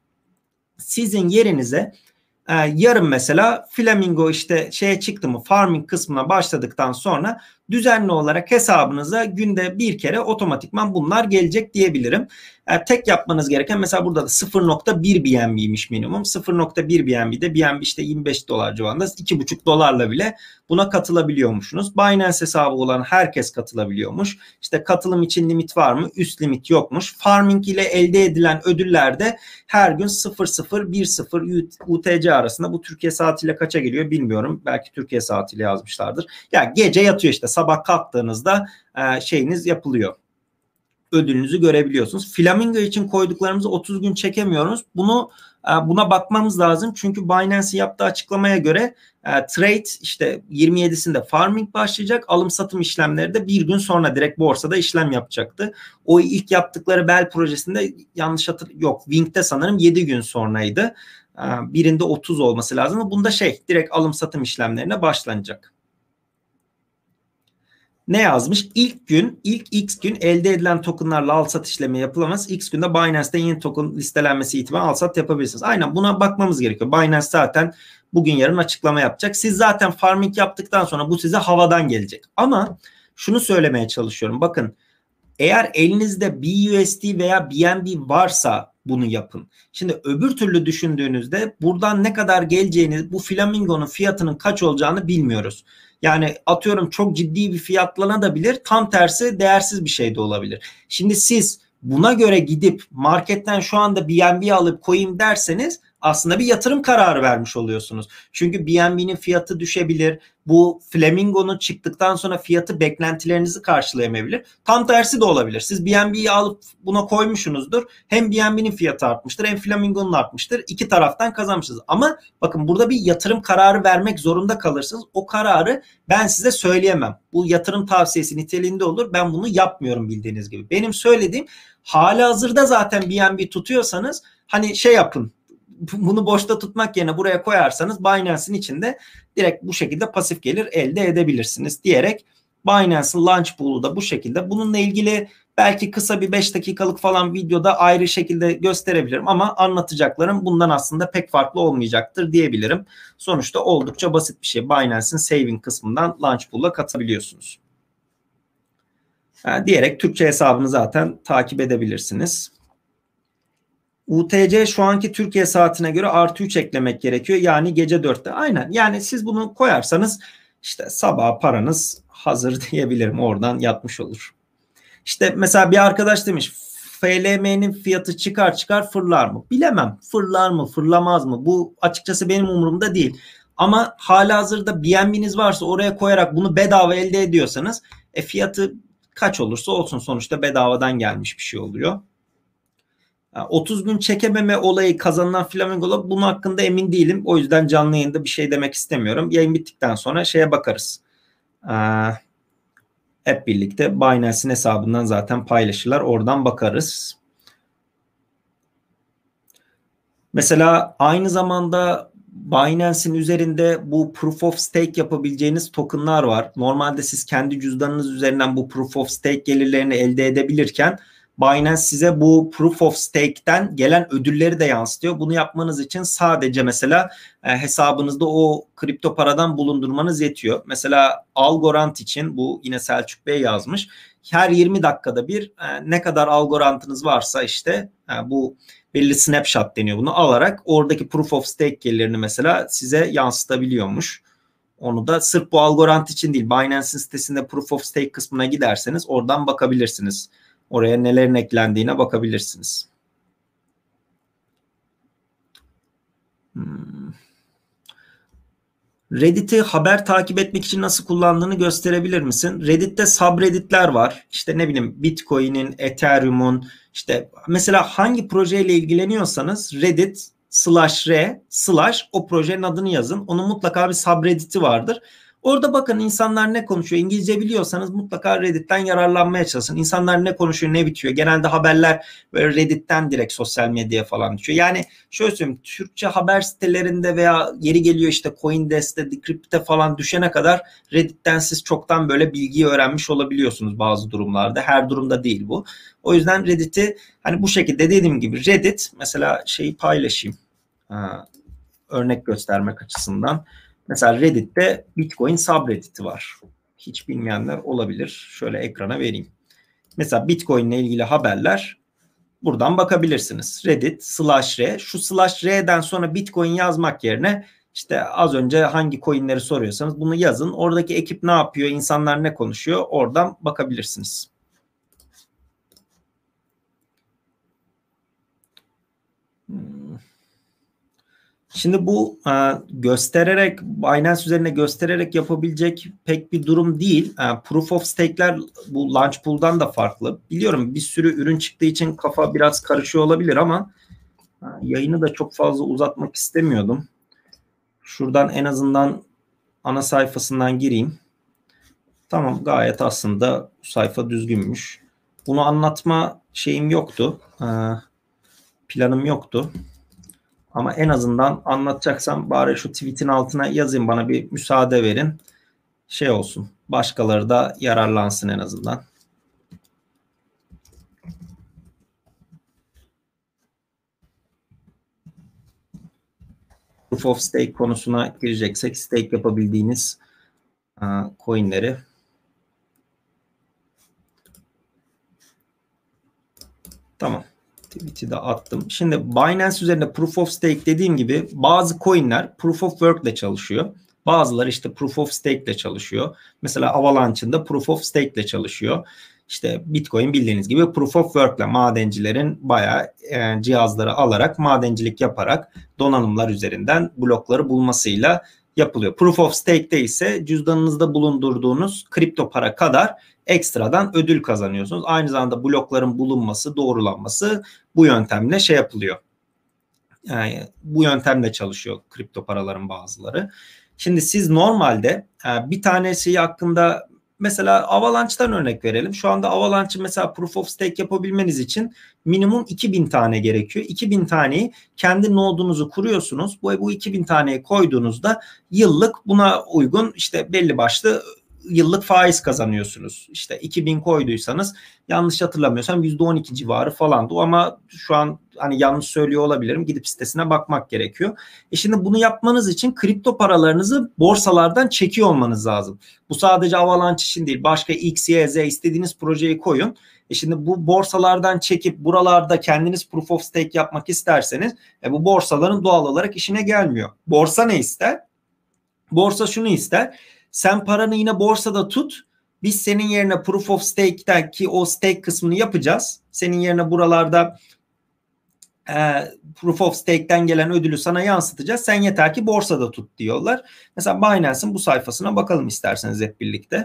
sizin yerinize yarın mesela Flamingo işte şeye çıktı mı, farming kısmına başladıktan sonra düzenli olarak hesabınıza günde bir kere otomatikman bunlar gelecek diyebilirim. Tek yapmanız gereken mesela burada da 0.1 BNB'ymiş minimum. 0.1 BNB'de BNB işte 25 dolar civarında, 2,5 dolarla bile buna katılabiliyormuşsunuz. Binance hesabı olan herkes katılabiliyormuş. İşte katılım için limit var mı? Üst limit yokmuş. Farming ile elde edilen ödüller de her gün 00:10 UTC arasında. Bu Türkiye saatiyle kaça geliyor bilmiyorum. Belki Türkiye saatiyle yazmışlardır. Ya gece yatıyor işte, sabah kalktığınızda şeyiniz yapılıyor. Ödülünüzü görebiliyorsunuz. Flamingo için koyduklarımızı 30 gün çekemiyoruz. Buna bakmamız lazım. Çünkü Binance'in yaptığı açıklamaya göre trade işte 27'sinde farming başlayacak. Alım satım işlemleri de bir gün sonra direkt borsada işlem yapacaktı. O ilk yaptıkları Bell projesinde yanlış yok, Wing'de sanırım 7 gün sonraydı. Birinde 30 olması lazım. Bunda direkt alım satım işlemlerine başlanacak. Ne yazmış? İlk X gün elde edilen tokenlarla al sat işlemi yapılamaz. X günde Binance'de yeni token listelenmesi itibaren al sat yapabilirsiniz. Aynen, buna bakmamız gerekiyor. Binance zaten bugün yarın açıklama yapacak. Siz zaten farming yaptıktan sonra bu size havadan gelecek. Ama şunu söylemeye çalışıyorum. Bakın, eğer elinizde BUSD veya BNB varsa bunu yapın. Şimdi öbür türlü düşündüğünüzde buradan ne kadar geleceğini, bu Flamingo'nun fiyatının kaç olacağını bilmiyoruz. Yani atıyorum çok ciddi bir fiyatlanabilir, tam tersi değersiz bir şey de olabilir. Şimdi siz buna göre gidip marketten şu anda BNB alıp koyayım derseniz aslında bir yatırım kararı vermiş oluyorsunuz. Çünkü BNB'nin fiyatı düşebilir. Bu Flamingo'nun çıktıktan sonra fiyatı beklentilerinizi karşılayamayabilir. Tam tersi de olabilir. Siz BNB'yi alıp buna koymuşsunuzdur. Hem BNB'nin fiyatı artmıştır hem Flamingo'nun artmıştır. İki taraftan kazanmışsınız. Ama bakın, burada bir yatırım kararı vermek zorunda kalırsınız. O kararı ben size söyleyemem. Bu yatırım tavsiyesi niteliğinde olur. Ben bunu yapmıyorum bildiğiniz gibi. Benim söylediğim, halihazırda zaten BNB tutuyorsanız hani yapın. Bunu boşta tutmak yerine buraya koyarsanız Binance'in içinde direkt bu şekilde pasif gelir elde edebilirsiniz diyerek Binance'in launch pool'u da bu şekilde. Bununla ilgili belki kısa bir 5 dakikalık falan videoda ayrı şekilde gösterebilirim ama anlatacaklarım bundan aslında pek farklı olmayacaktır diyebilirim. Sonuçta oldukça basit bir şey. Binance'in saving kısmından launch pool'a katabiliyorsunuz. Diyerek Türkçe hesabını zaten takip edebilirsiniz. UTC şu anki Türkiye saatine göre +3 eklemek gerekiyor. Yani gece 4'te. Aynen. Yani siz bunu koyarsanız işte sabah paranız hazır diyebilirim. Oradan yatmış olur. İşte mesela bir arkadaş demiş, FLM'nin fiyatı çıkar fırlar mı? Bilemem. Fırlar mı, fırlamaz mı? Bu açıkçası benim umurumda değil. Ama halihazırda BNB'niz varsa oraya koyarak bunu bedava elde ediyorsanız fiyatı kaç olursa olsun sonuçta bedavadan gelmiş bir şey oluyor. 30 gün çekememe olayı kazanılan Flamingo'la bunun hakkında emin değilim. O yüzden canlı yayında bir şey demek istemiyorum. Yayın bittikten sonra bakarız. Hep birlikte Binance'in hesabından zaten paylaşırlar. Oradan bakarız. Mesela aynı zamanda Binance'in üzerinde bu Proof of Stake yapabileceğiniz tokenlar var. Normalde siz kendi cüzdanınız üzerinden bu Proof of Stake gelirlerini elde edebilirken Binance size bu Proof of Stake'ten gelen ödülleri de yansıtıyor. Bunu yapmanız için sadece mesela hesabınızda o kripto paradan bulundurmanız yetiyor. Mesela Algorand için bu yine Selçuk Bey yazmış. Her 20 dakikada bir ne kadar Algorand'ınız varsa işte bu belli snapshot deniyor, bunu alarak oradaki Proof of Stake gelirini mesela size yansıtabiliyormuş. Onu da sırf bu Algorand için değil, Binance'in sitesinde Proof of Stake kısmına giderseniz oradan bakabilirsiniz. Oraya nelerin eklendiğine bakabilirsiniz. Reddit'i haber takip etmek için nasıl kullandığını gösterebilir misin? Reddit'te subreddit'ler var. İşte ne bileyim Bitcoin'in, Ethereum'un, işte mesela hangi projeyle ilgileniyorsanız Reddit/r/ o projenin adını yazın. Onun mutlaka bir subreddit'i vardır. Orada bakın insanlar ne konuşuyor. İngilizce biliyorsanız mutlaka Reddit'ten yararlanmaya çalışın. İnsanlar ne konuşuyor, ne bitiyor. Genelde haberler böyle Reddit'ten direkt sosyal medyaya falan düşüyor. Yani şöyle söyleyeyim, Türkçe haber sitelerinde veya yeri geliyor işte CoinDesk'te, Decrypt'te falan düşene kadar Reddit'ten siz çoktan böyle bilgiyi öğrenmiş olabiliyorsunuz bazı durumlarda. Her durumda değil bu. O yüzden Reddit'i hani bu şekilde dediğim gibi Reddit mesela şeyi paylaşayım. Örnek göstermek açısından. Mesela Reddit'te Bitcoin subreddit'i var. Hiç bilmeyenler olabilir. Şöyle ekrana vereyim. Mesela Bitcoin ile ilgili haberler buradan bakabilirsiniz. Reddit/r. Şu /r'den sonra Bitcoin yazmak yerine işte az önce hangi coinleri soruyorsanız bunu yazın. Oradaki ekip ne yapıyor, insanlar ne konuşuyor, oradan bakabilirsiniz. Şimdi bu göstererek, Binance üzerine göstererek yapabilecek pek bir durum değil. Proof of Stake'ler bu Launch Pool'dan da farklı. Biliyorum bir sürü ürün çıktığı için kafa biraz karışıyor olabilir ama yayını da çok fazla uzatmak istemiyordum. Şuradan en azından ana sayfasından gireyim. Tamam, gayet aslında bu sayfa düzgünmüş. Bunu anlatma şeyim yoktu. Planım yoktu. Ama en azından anlatacaksam bari şu tweet'in altına yazayım, bana bir müsaade verin. Şey olsun, başkaları da yararlansın en azından. Proof of Stake konusuna gireceksek stake yapabildiğiniz coinleri. Tamam. Tweet'i de attım. Şimdi Binance üzerinde Proof of Stake dediğim gibi bazı coinler Proof of Work ile çalışıyor. Bazıları işte Proof of Stake ile çalışıyor. Mesela Avalanche'ın da Proof of Stake ile çalışıyor. İşte Bitcoin bildiğiniz gibi Proof of Work ile madencilerin bayağı cihazları alarak madencilik yaparak donanımlar üzerinden blokları bulmasıyla yapılıyor. Proof of Stake'de ise cüzdanınızda bulundurduğunuz kripto para kadar ekstradan ödül kazanıyorsunuz. Aynı zamanda blokların bulunması, doğrulanması bu yöntemle şey yapılıyor. Yani bu yöntemle çalışıyor kripto paraların bazıları. Şimdi siz normalde bir tanesi hakkında mesela Avalanche'dan örnek verelim. Şu anda Avalanche'ı mesela Proof of Stake yapabilmeniz için minimum 2000 tane gerekiyor. 2000 taneyi kendi nodunuzu kuruyorsunuz. Bu 2000 taneyi koyduğunuzda yıllık buna uygun işte belli başlı yıllık faiz kazanıyorsunuz. İşte 2000 koyduysanız yanlış hatırlamıyorsam %12 civarı falandı. Ama şu an hani yanlış söylüyor olabilirim. Gidip sitesine bakmak gerekiyor. Şimdi bunu yapmanız için kripto paralarınızı borsalardan çekiyor olmanız lazım. Bu sadece Avalanche için değil. Başka X, Y, Z istediğiniz projeyi koyun. Şimdi bu borsalardan çekip buralarda kendiniz Proof of Stake yapmak isterseniz bu borsaların doğal olarak işine gelmiyor. Borsa ne ister? Borsa şunu ister. Sen paranı yine borsada tut. Biz senin yerine Proof of Stake'deki o stake kısmını yapacağız. Senin yerine buralarda Proof of Stake'den gelen ödülü sana yansıtacağız. Sen yeter ki borsada tut diyorlar. Mesela Binance'in bu sayfasına bakalım isterseniz hep birlikte.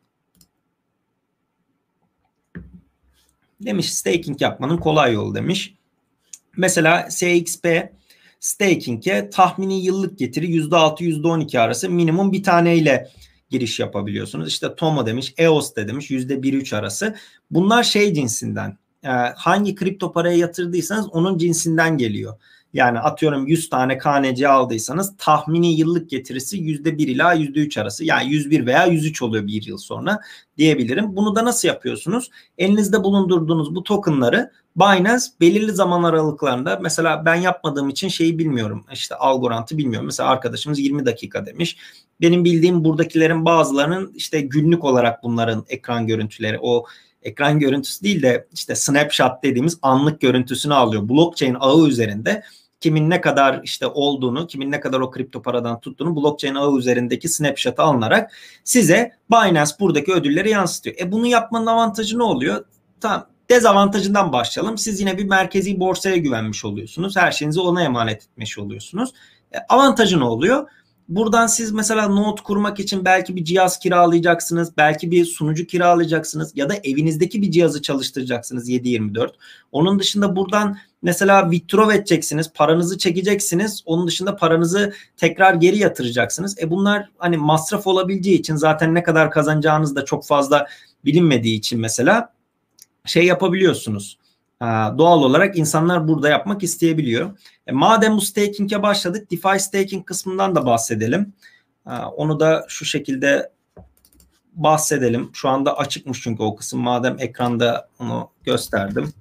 Demiş staking yapmanın kolay yolu demiş. Mesela SXP staking'e tahmini yıllık getiri %6 %12 arası minimum bir taneyle giriş yapabiliyorsunuz. İşte Tomo demiş, EOS de demiş %1-3 arası. Bunlar şey cinsinden, hangi kripto paraya yatırdıysanız onun cinsinden geliyor. Yani atıyorum 100 tane KNC aldıysanız tahmini yıllık getirisi %1 ila %3 arası. Yani 101 veya 103 oluyor bir yıl sonra diyebilirim. Bunu da nasıl yapıyorsunuz? Elinizde bulundurduğunuz bu tokenları Binance belirli zaman aralıklarında, mesela ben yapmadığım için şeyi bilmiyorum. İşte Algorand'ı bilmiyorum. Mesela arkadaşımız 20 dakika demiş. Benim bildiğim buradakilerin bazılarının işte günlük olarak bunların ekran görüntüleri, o ekran görüntüsü değil de işte snapshot dediğimiz anlık görüntüsünü alıyor. Blockchain ağı üzerinde kimin ne kadar işte olduğunu, kimin ne kadar o kripto paradan tuttuğunu blockchain ağı üzerindeki snapshot'a alınarak size Binance buradaki ödülleri yansıtıyor. Bunu yapmanın avantajı ne oluyor? Tamam. Dezavantajından başlayalım. Siz yine bir merkezi borsaya güvenmiş oluyorsunuz. Her şeyinizi ona emanet etmiş oluyorsunuz. Avantajı ne oluyor? Buradan siz mesela node kurmak için belki bir cihaz kiralayacaksınız. Belki bir sunucu kiralayacaksınız. Ya da evinizdeki bir cihazı çalıştıracaksınız 7/24. Onun dışında buradan mesela withdraw edeceksiniz. Paranızı çekeceksiniz. Onun dışında paranızı tekrar geri yatıracaksınız. Bunlar hani masraf olabileceği için, zaten ne kadar kazanacağınız da çok fazla bilinmediği için mesela şey yapabiliyorsunuz. Doğal olarak insanlar burada yapmak isteyebiliyor. Madem bu staking'e başladık, DeFi staking kısmından da bahsedelim. Onu da şu şekilde bahsedelim. Şu anda açıkmış çünkü o kısım. Madem ekranda onu gösterdim.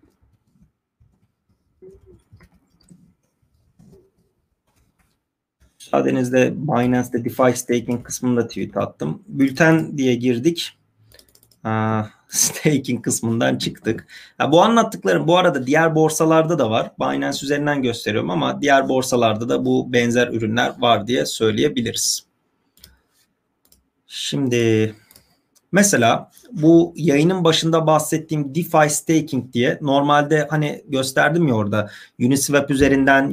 Müsaadenizle Binance'de DeFi staking kısmında tweet attım. Bülten diye girdik. Staking kısmından çıktık. Bu anlattıklarım bu arada diğer borsalarda da var. Binance üzerinden gösteriyorum ama diğer borsalarda da bu benzer ürünler var diye söyleyebiliriz. Şimdi mesela bu yayının başında bahsettiğim DeFi staking diye, normalde hani gösterdim ya orada, Uniswap üzerinden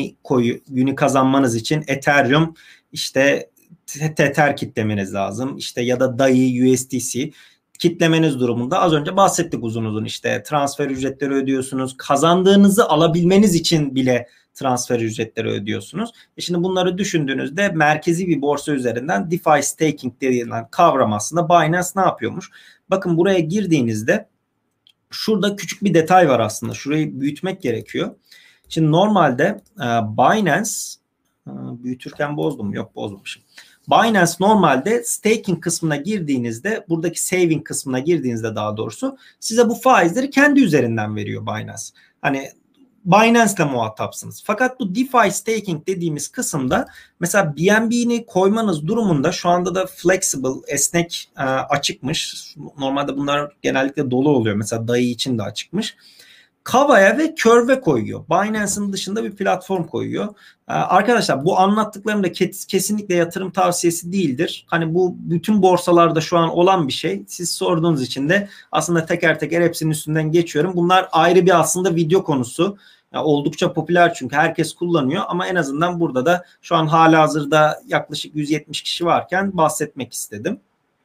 Uni kazanmanız için Ethereum işte Tether kitlemeniz lazım. İşte ya da DAI, USDC kitlemeniz durumunda az önce bahsettik uzun uzun, işte transfer ücretleri ödüyorsunuz. Kazandığınızı alabilmeniz için bile transfer ücretleri ödüyorsunuz. Şimdi bunları düşündüğünüzde merkezi bir borsa üzerinden DeFi staking denilen kavram aslında Binance ne yapıyormuş? Bakın buraya girdiğinizde şurada küçük bir detay var aslında. Şurayı büyütmek gerekiyor. Şimdi normalde Binance büyütürken bozdum. Yok, bozmamışım. Binance normalde staking kısmına girdiğinizde, buradaki saving kısmına girdiğinizde daha doğrusu size bu faizleri kendi üzerinden veriyor Binance. Hani Binance'le muhatapsınız. Fakat bu DeFi staking dediğimiz kısımda mesela BNB'ni koymanız durumunda, şu anda da flexible, esnek açıkmış. Normalde bunlar genellikle dolu oluyor. Mesela DAI için de açıkmış. Kava'ya ve Curve'e koyuyor. Binance'ın dışında bir platform koyuyor. Arkadaşlar bu anlattıklarım da kesinlikle yatırım tavsiyesi değildir. Hani bu bütün borsalarda şu an olan bir şey. Siz sorduğunuz için de aslında teker teker hepsinin üstünden geçiyorum. Bunlar ayrı bir aslında video konusu. Oldukça popüler çünkü herkes kullanıyor, ama en azından burada da şu an halihazırda yaklaşık 170 kişi varken bahsetmek istedim.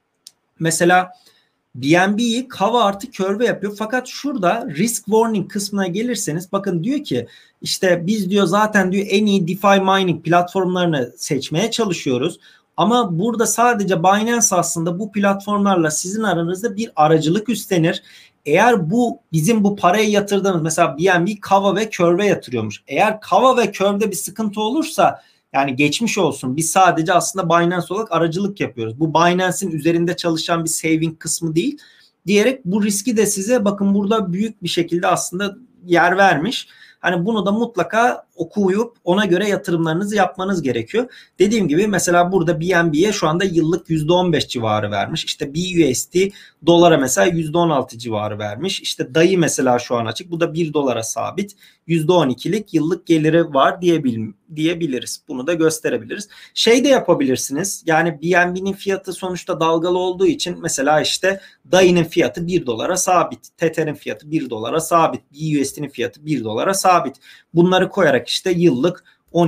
Mesela BNB'yi Kava artı Curve yapıyor. Fakat şurada risk warning kısmına gelirseniz bakın, diyor ki işte biz diyor zaten diyor en iyi DeFi mining platformlarını seçmeye çalışıyoruz. Ama burada sadece Binance aslında bu platformlarla sizin aranızda bir aracılık üstlenir. Eğer bu bizim bu parayı yatırdığımız, mesela BNB Kava ve Curve yatırıyormuş. Eğer Kava ve Curve'de bir sıkıntı olursa yani geçmiş olsun. Biz sadece aslında Binance olarak aracılık yapıyoruz. Bu Binance'in üzerinde çalışan bir saving kısmı değil diyerek bu riski de size bakın burada büyük bir şekilde aslında yer vermiş. Hani bunu da mutlaka okuyup ona göre yatırımlarınızı yapmanız gerekiyor. Dediğim gibi mesela burada BNB'ye şu anda yıllık %15 civarı vermiş. İşte BUSD dolara mesela %16 civarı vermiş. İşte DAI mesela şu an açık. Bu da 1 dolara sabit. %12'lik yıllık geliri var diyebiliriz. Bunu da gösterebiliriz. Şey de yapabilirsiniz. Yani BNB'nin fiyatı sonuçta dalgalı olduğu için mesela işte DAI'nin fiyatı 1 dolara sabit. Tether'in fiyatı 1 dolara sabit. BUSD'nin fiyatı 1 dolara sabit. Bunları koyarak işte yıllık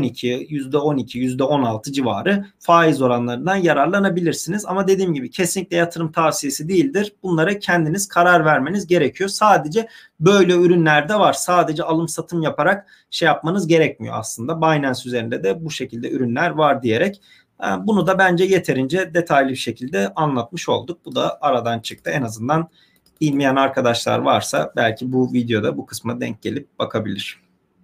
%12, %16 civarı faiz oranlarından yararlanabilirsiniz. Ama dediğim gibi kesinlikle yatırım tavsiyesi değildir. Bunlara kendiniz karar vermeniz gerekiyor. Sadece böyle ürünler de var. Sadece alım satım yaparak şey yapmanız gerekmiyor aslında. Binance üzerinde de bu şekilde ürünler var diyerek bunu da bence yeterince detaylı bir şekilde anlatmış olduk. Bu da aradan çıktı. En azından bilmeyen arkadaşlar varsa belki bu videoda bu kısma denk gelip bakabilir.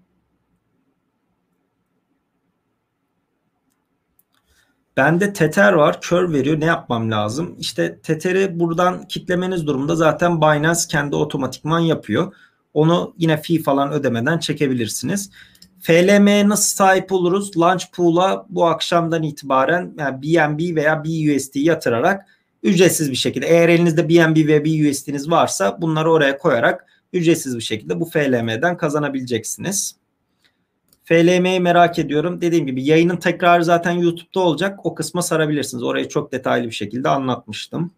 Bende Tether var. Kör veriyor. Ne yapmam lazım? İşte Tether'i buradan kitlemeniz durumunda zaten Binance kendi otomatikman yapıyor. Onu yine fee falan ödemeden çekebilirsiniz. FLM'ye nasıl sahip oluruz? Launch Pool'a bu akşamdan itibaren yani BNB veya BUSD yatırarak ücretsiz bir şekilde, eğer elinizde BNB ve BUSD'niz varsa bunları oraya koyarak ücretsiz bir şekilde bu FLM'den kazanabileceksiniz. FLM'yi merak ediyorum. Dediğim gibi yayının tekrarı zaten YouTube'da olacak. O kısma sarabilirsiniz. Orayı çok detaylı bir şekilde anlatmıştım.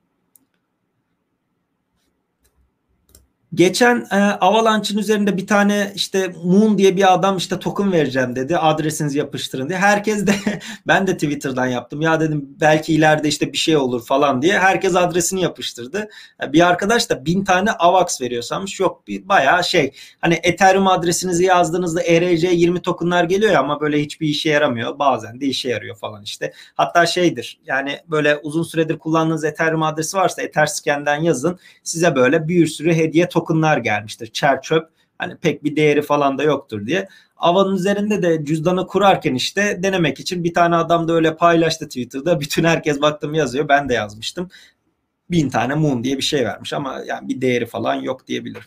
Geçen Avalanche'ın üzerinde bir tane işte Moon diye bir adam işte token vereceğim dedi. Adresinizi yapıştırın diye. Herkes de ben de Twitter'dan yaptım. Ya dedim belki ileride işte bir şey olur falan diye. Herkes adresini yapıştırdı. Bir arkadaş da 1000 tane AVAX veriyor sanmış. Yok bayağı şey, hani Ethereum adresinizi yazdığınızda ERC20 tokenlar geliyor ya, ama böyle hiçbir işe yaramıyor. Bazen de işe yarıyor falan işte. Hatta şeydir, yani böyle uzun süredir kullandığınız Ethereum adresi varsa Etherscan'den yazın. Size böyle bir sürü hediye tokenlar gelmiştir. Çer çöp, hani pek bir değeri falan da yoktur diye. Ava'nın üzerinde de cüzdanı kurarken işte denemek için bir tane adam da öyle paylaştı Twitter'da. Bütün herkes baktım yazıyor. Ben de yazmıştım. 1000 tane Moon diye bir şey vermiş ama yani bir değeri falan yok diyebilirim.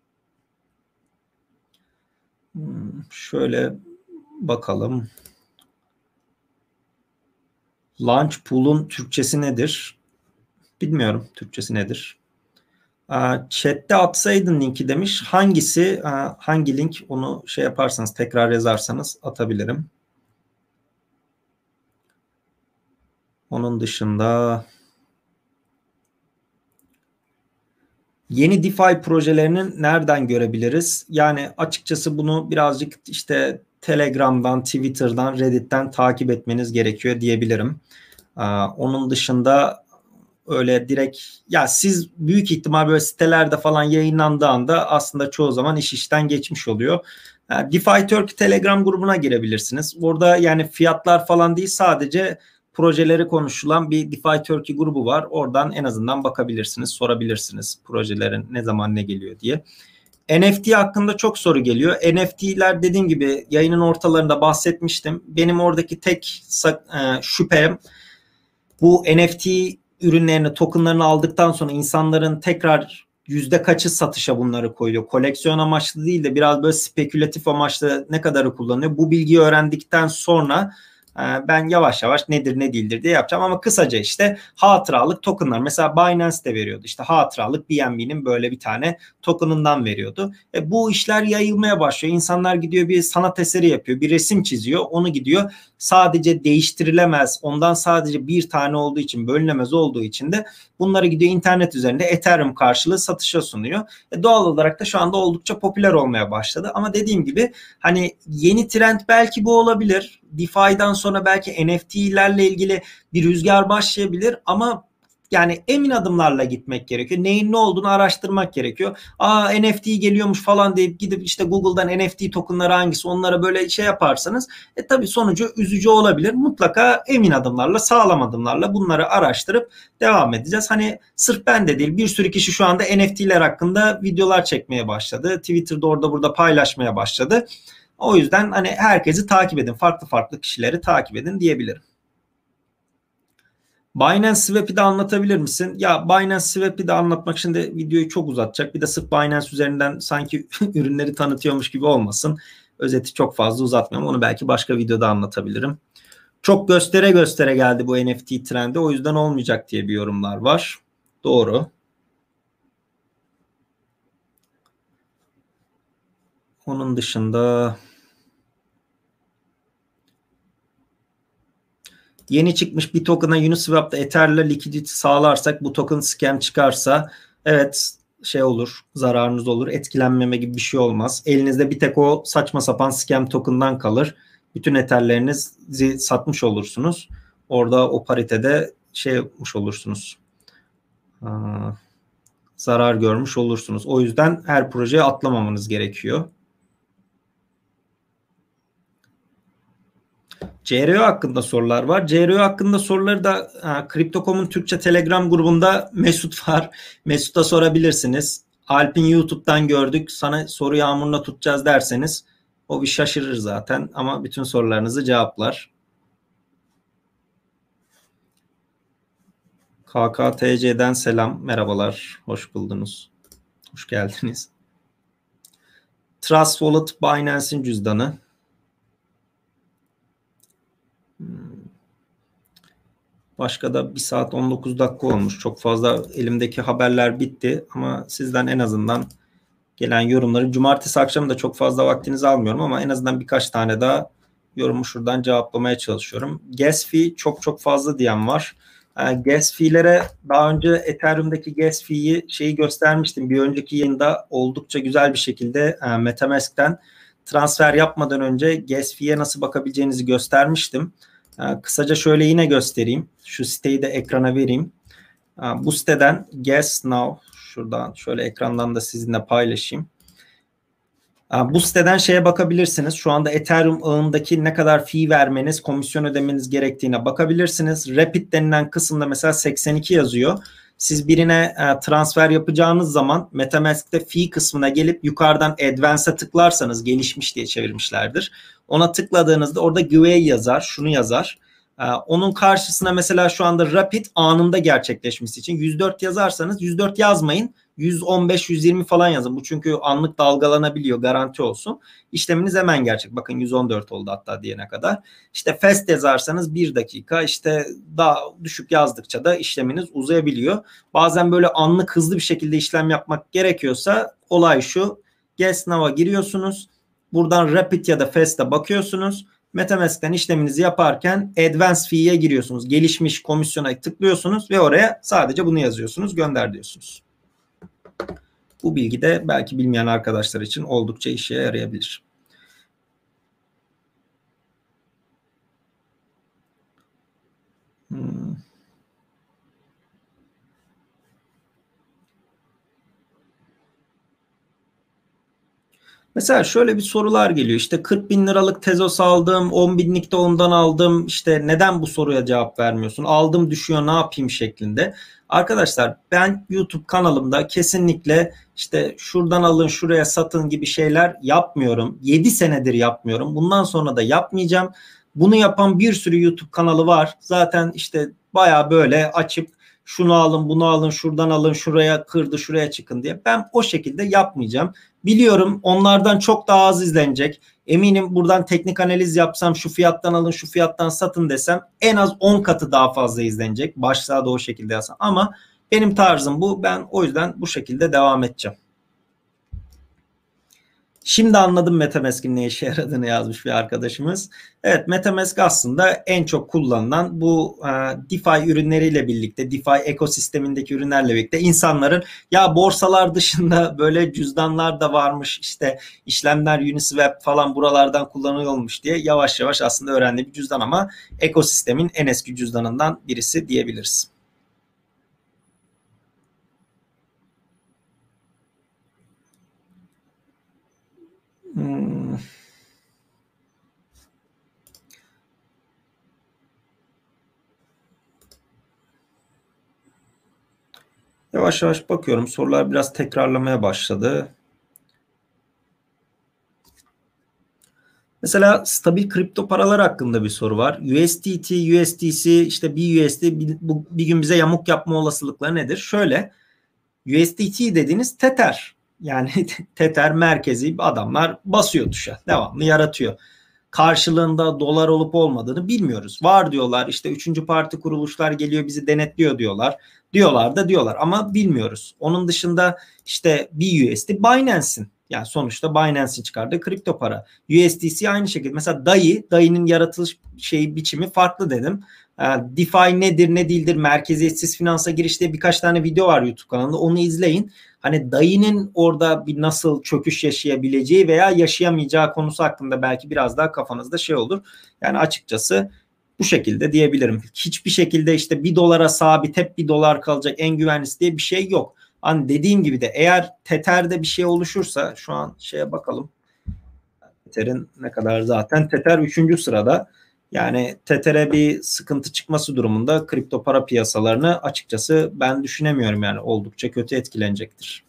Şöyle bakalım. Launch Pool'un Türkçesi nedir? Bilmiyorum Türkçesi nedir. Chat'te atsaydın linki demiş. Hangisi, hangi link, onu şey yaparsanız tekrar yazarsanız atabilirim. Onun dışında yeni DeFi projelerini nereden görebiliriz? Yani açıkçası bunu birazcık işte Telegram'dan, Twitter'dan, Reddit'ten takip etmeniz gerekiyor diyebilirim. Onun dışında öyle direkt, ya siz büyük ihtimal böyle sitelerde falan yayınlandığı anda aslında çoğu zaman iş işten geçmiş oluyor. DeFi Turkey Telegram grubuna girebilirsiniz. Orada yani fiyatlar falan değil, sadece projeleri konuşulan bir DeFi Turkey grubu var. Oradan en azından bakabilirsiniz, sorabilirsiniz projelerin ne zaman ne geliyor diye. NFT hakkında çok soru geliyor. NFT'ler dediğim gibi yayının ortalarında bahsetmiştim. Benim oradaki tek şüphem, bu NFT ürünlerini, tokenlarını aldıktan sonra insanların tekrar yüzde kaçı satışa bunları koyuyor? Koleksiyon amaçlı değil de biraz böyle spekülatif amaçlı ne kadarı kullanıyor? Bu bilgiyi öğrendikten sonra ben yavaş yavaş nedir ne değildir diye yapacağım. Ama kısaca işte hatıralık tokenlar. Mesela Binance de veriyordu. İşte hatıralık BNB'nin böyle bir tane tokenından veriyordu. Bu işler yayılmaya başlıyor. İnsanlar gidiyor bir sanat eseri yapıyor. Bir resim çiziyor. Onu gidiyor sadece değiştirilemez, ondan sadece bir tane olduğu için, bölünemez olduğu için de bunları gidiyor internet üzerinde Ethereum karşılığı satışa sunuyor. Doğal olarak da şu anda oldukça popüler olmaya başladı. Ama dediğim gibi hani yeni trend belki bu olabilir. DeFi'den sonra belki NFT'lerle ilgili bir rüzgar başlayabilir ama yani emin adımlarla gitmek gerekiyor. Neyin ne olduğunu araştırmak gerekiyor. NFT geliyormuş falan deyip gidip işte Google'dan NFT tokenları hangisi, onlara böyle şey yaparsanız tabii sonucu üzücü olabilir. Mutlaka emin adımlarla, sağlam adımlarla bunları araştırıp devam edeceğiz. Hani sırf ben de değil, bir sürü kişi şu anda NFT'ler hakkında videolar çekmeye başladı. Twitter'da orada burada paylaşmaya başladı. O yüzden hani herkesi takip edin. Farklı farklı kişileri takip edin diyebilirim. Binance Swap'i de anlatabilir misin? Ya Binance Swap'i de anlatmak için de videoyu çok uzatacak. Bir de sırf Binance üzerinden sanki ürünleri tanıtıyormuş gibi olmasın. Özeti çok fazla uzatmıyorum. Onu belki başka videoda anlatabilirim. Çok göstere göstere geldi bu NFT trendi. O yüzden olmayacak diye bir yorumlar var. Doğru. Onun dışında yeni çıkmış bir token'a Uniswap'ta Ether'le likidite sağlarsak, bu token scam çıkarsa evet şey olur, zararınız olur. Etkilenmeme gibi bir şey olmaz. Elinizde bir tek o saçma sapan scam token'dan kalır. Bütün Ether'lerinizi satmış olursunuz. Orada o paritede şey yapmış olursunuz. Zarar görmüş olursunuz. O yüzden her projeye atlamamanız gerekiyor. CRO hakkında sorular var. CRO hakkında soruları da Crypto.com'un Türkçe Telegram grubunda Mesut var. Mesut'a sorabilirsiniz. Alp'in YouTube'dan gördük. Sana soru yağmuruna tutacağız derseniz o bir şaşırır zaten ama bütün sorularınızı cevaplar. KKTC'den selam, merhabalar, hoş buldunuz. Hoş geldiniz. Trust Wallet Binance'in cüzdanı. Başka da 1 saat 19 dakika olmuş. Çok fazla elimdeki haberler bitti ama sizden en azından gelen yorumları, cumartesi akşamı da çok fazla vaktinizi almıyorum ama en azından birkaç tane daha yorumu şuradan cevaplamaya çalışıyorum. Gas fee çok fazla diyen var. Gas fee'lere daha önce Ethereum'daki gas fee'yi göstermiştim. Bir önceki yayında oldukça güzel bir şekilde MetaMask'ten transfer yapmadan önce gas fee'ye nasıl bakabileceğinizi göstermiştim. Kısaca şöyle yine göstereyim. Şu siteyi de ekrana vereyim. Bu siteden Gas Now, şuradan şöyle ekrandan da sizinle paylaşayım. Bu siteden şeye bakabilirsiniz. Şu anda Ethereum ağındaki ne kadar fee vermeniz, komisyon ödemeniz gerektiğine bakabilirsiniz. Rapid denilen kısımda mesela 82 yazıyor. Siz birine transfer yapacağınız zaman MetaMask'te fee kısmına gelip yukarıdan Advanced'a tıklarsanız, gelişmiş diye çevirmişlerdir. Ona tıkladığınızda orada Gwei yazar, şunu yazar. Onun karşısına mesela şu anda Rapid anında gerçekleşmesi için 104 yazarsanız 104 yazmayın. 115-120 falan yazın. Bu çünkü anlık dalgalanabiliyor, garanti olsun. İşleminiz hemen gerçek. Bakın 114 oldu hatta diyene kadar. İşte fast yazarsanız 1 dakika, işte daha düşük yazdıkça da işleminiz uzayabiliyor. Bazen böyle anlık hızlı bir şekilde işlem yapmak gerekiyorsa olay şu. Gas Now'a giriyorsunuz. Buradan Rapid ya da Fast'a bakıyorsunuz. MetaMask'ten işleminizi yaparken Advanced Fee'ye giriyorsunuz. Gelişmiş komisyona tıklıyorsunuz ve oraya sadece bunu yazıyorsunuz. Gönder diyorsunuz. Bu bilgi de belki bilmeyen arkadaşlar için oldukça işe yarayabilir. Mesela şöyle bir sorular geliyor. İşte 40 bin liralık Tezos aldım, 10 binlik de ondan aldım. İşte neden bu soruya cevap vermiyorsun? Aldım düşüyor, ne yapayım şeklinde. Arkadaşlar ben YouTube kanalımda kesinlikle işte şuradan alın şuraya satın gibi şeyler yapmıyorum. 7 senedir yapmıyorum. Bundan sonra da yapmayacağım. Bunu yapan bir sürü YouTube kanalı var. Zaten işte baya böyle açıp şunu alın, bunu alın, şuradan alın, şuraya kırdı, şuraya çıkın diye. Ben o şekilde yapmayacağım. Biliyorum onlardan çok daha az izlenecek. Eminim buradan teknik analiz yapsam, şu fiyattan alın, şu fiyattan satın desem en az 10 katı daha fazla izlenecek. Başlığa da o şekilde yazsam. Ama benim tarzım bu. Ben o yüzden bu şekilde devam edeceğim. Şimdi anladım MetaMask'in ne işe yaradığını yazmış bir arkadaşımız. Evet, MetaMask aslında en çok kullanılan bu DeFi ürünleriyle birlikte, DeFi ekosistemindeki ürünlerle birlikte insanların ya borsalar dışında böyle cüzdanlar da varmış, işte işlemler Uniswap falan buralardan kullanılıyormuş diye yavaş yavaş aslında öğrendiği bir cüzdan ama ekosistemin en eski cüzdanından birisi diyebiliriz. Yavaş yavaş bakıyorum. Sorular biraz tekrarlamaya başladı. Mesela stabil kripto paralar hakkında bir soru var. USDT, USDC, işte BUSD bir gün bize yamuk yapma olasılıkları nedir? Şöyle, USDT dediğiniz Tether. Yani Tether merkezi adamlar basıyor tuşa. Devamlı yaratıyor. Karşılığında dolar olup olmadığını bilmiyoruz. Var diyorlar, işte üçüncü parti kuruluşlar geliyor bizi denetliyor diyorlar. Diyorlar ama bilmiyoruz. Onun dışında işte BUSD Binance'in, yani sonuçta Binance'in çıkardığı kripto para. USDC aynı şekilde. Mesela DAI'nin yaratılış biçimi farklı dedim. DeFi nedir ne değildir, merkeziyetsiz finansa giriş diye birkaç tane video var YouTube kanalında, onu izleyin. Hani DAI'nin orada bir nasıl çöküş yaşayabileceği veya yaşayamayacağı konusu hakkında belki biraz daha kafanızda şey olur. Yani açıkçası bu şekilde diyebilirim. Hiçbir şekilde işte 1 dolara sabit hep 1 dolar kalacak en güvenlisi diye bir şey yok. Hani dediğim gibi de eğer Tether'de bir şey oluşursa, şu an şeye bakalım. Tether'in ne kadar, zaten Tether 3. sırada. Yani Tether'e bir sıkıntı çıkması durumunda kripto para piyasalarını açıkçası ben düşünemiyorum, yani oldukça kötü etkilenecektir.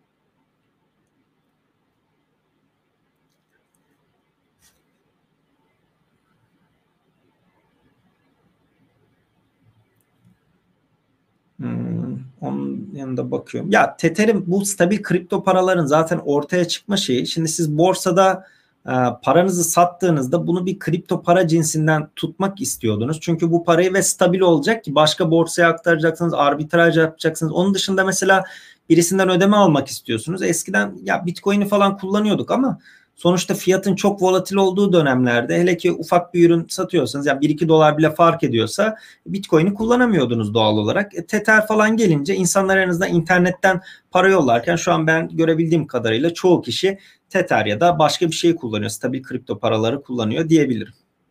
Onun yanında bakıyorum. Ya Tether'in, bu stabil kripto paraların zaten ortaya çıkma şeyi. Şimdi siz borsada paranızı sattığınızda bunu bir kripto para cinsinden tutmak istiyordunuz. Çünkü bu parayı ve stabil olacak ki başka borsaya aktaracaksınız, arbitraj yapacaksınız. Onun dışında mesela birisinden ödeme almak istiyorsunuz. Eskiden ya Bitcoin'i falan kullanıyorduk ama sonuçta fiyatın çok volatil olduğu dönemlerde, hele ki ufak bir ürün satıyorsanız, yani 1-2 dolar bile fark ediyorsa Bitcoin'i kullanamıyordunuz doğal olarak. Tether falan gelince insanlar en azından internetten para yollarken, şu an ben görebildiğim kadarıyla çoğu kişi Tether ya da başka bir şey kullanıyor. Stabil kripto paraları kullanıyor diyebilirim.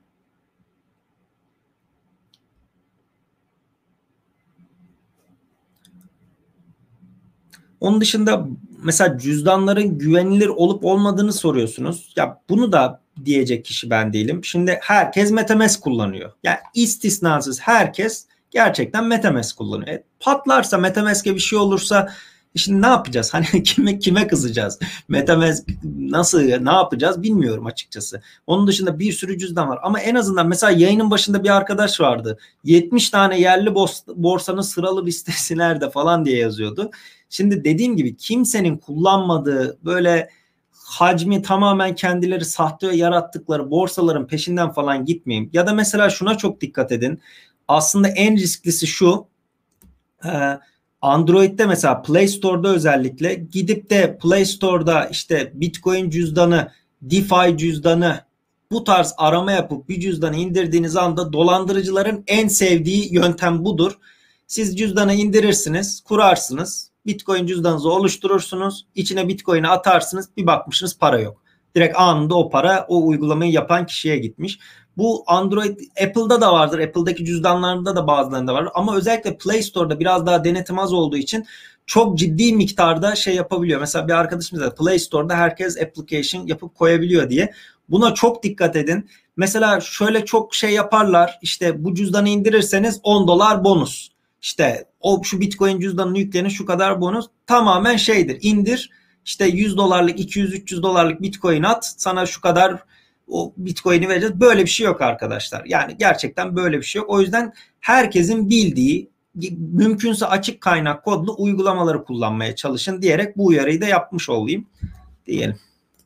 Onun dışında mesela cüzdanların güvenilir olup olmadığını soruyorsunuz. Ya bunu da diyecek kişi ben değilim. Şimdi herkes MetaMask kullanıyor. Yani istisnasız herkes gerçekten MetaMask kullanıyor. Patlarsa, MetaMask'e bir şey olursa şimdi ne yapacağız? Hani kime kızacağız? MetaMask nasıl, ne yapacağız bilmiyorum açıkçası. Onun dışında bir sürü cüzdan var. Ama en azından mesela yayının başında bir arkadaş vardı. 70 tane yerli borsanın sıralı listesi nerede falan diye yazıyordu. Şimdi dediğim gibi kimsenin kullanmadığı, böyle hacmi tamamen kendileri sahte yarattıkları borsaların peşinden falan gitmeyin. Ya da mesela şuna çok dikkat edin. Aslında en risklisi şu. e, Android'de mesela Play Store'da özellikle gidip de Play Store'da işte Bitcoin cüzdanı, DeFi cüzdanı, bu tarz arama yapıp bir cüzdanı indirdiğiniz anda dolandırıcıların en sevdiği yöntem budur. Siz cüzdanı indirirsiniz, kurarsınız. Bitcoin cüzdanınızı oluşturursunuz. İçine Bitcoin'i atarsınız. Bir bakmışsınız para yok. Direkt anında o para o uygulamayı yapan kişiye gitmiş. Bu Android, Apple'da da vardır. Apple'daki cüzdanlarında da bazılarında var. Ama özellikle Play Store'da biraz daha denetim az olduğu için çok ciddi miktarda şey yapabiliyor. Mesela bir arkadaşımız da Play Store'da herkes application yapıp koyabiliyor diye. Buna çok dikkat edin. Mesela şöyle çok şey yaparlar. İşte bu cüzdanı indirirseniz 10 dolar bonus. İşte o şu Bitcoin cüzdanını yüklenin şu kadar bonus. Tamamen şeydir. İndir. İşte 100 dolarlık, 200-300 dolarlık Bitcoin at. Sana şu kadar o Bitcoin'i vereceğiz. Böyle bir şey yok arkadaşlar. Yani gerçekten böyle bir şey yok. O yüzden herkesin bildiği, mümkünse açık kaynak kodlu uygulamaları kullanmaya çalışın diyerek bu uyarıyı da yapmış olayım diyelim.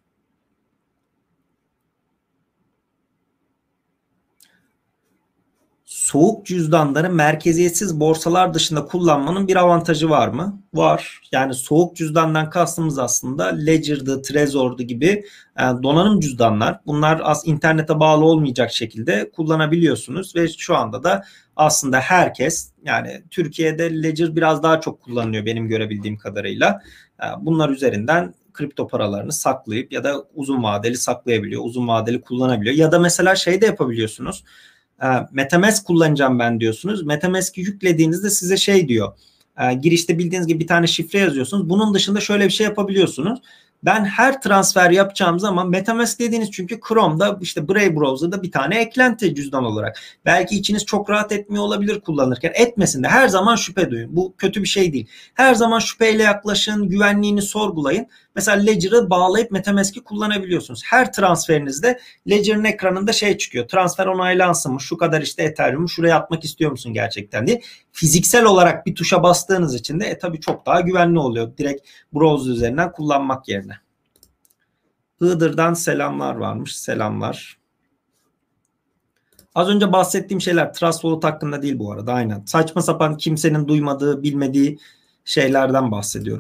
Soğuk cüzdanları merkeziyetsiz borsalar dışında kullanmanın bir avantajı var mı? Var. Yani soğuk cüzdandan kastımız aslında Ledger'dı, Trezor'du gibi donanım cüzdanlar. Bunlar internete bağlı olmayacak şekilde kullanabiliyorsunuz ve şu anda da aslında herkes, yani Türkiye'de Ledger biraz daha çok kullanılıyor benim görebildiğim kadarıyla. Bunlar üzerinden kripto paralarını saklayıp ya da uzun vadeli saklayabiliyor, uzun vadeli kullanabiliyor. Ya da mesela şey de yapabiliyorsunuz. MetaMask kullanacağım ben diyorsunuz. MetaMask'i yüklediğinizde size şey diyor. Girişte bildiğiniz gibi bir tane şifre yazıyorsunuz. Bunun dışında şöyle bir şey yapabiliyorsunuz. Ben her transfer yapacağım zaman MetaMask dediğiniz, çünkü Chrome'da işte Brave Browser'da bir tane eklenti cüzdan olarak. Belki içiniz çok rahat etmiyor olabilir kullanırken. Etmesin de her zaman şüphe duyun. Bu kötü bir şey değil. Her zaman şüpheyle yaklaşın, güvenliğini sorgulayın. Mesela Ledger'ı bağlayıp MetaMask'i kullanabiliyorsunuz. Her transferinizde Ledger'ın ekranında şey çıkıyor. Transfer onaylansın mı? Şu kadar işte Ethereum'u şuraya atmak istiyor musun gerçekten diye. Fiziksel olarak bir tuşa bastığınız için de tabii çok daha güvenli oluyor. Direkt browser üzerinden kullanmak yerine. Iğdır'dan selamlar varmış. Selamlar. Az önce bahsettiğim şeyler Trust Wallet hakkında değil bu arada. Aynen. Saçma sapan, kimsenin duymadığı, bilmediği şeylerden bahsediyorum.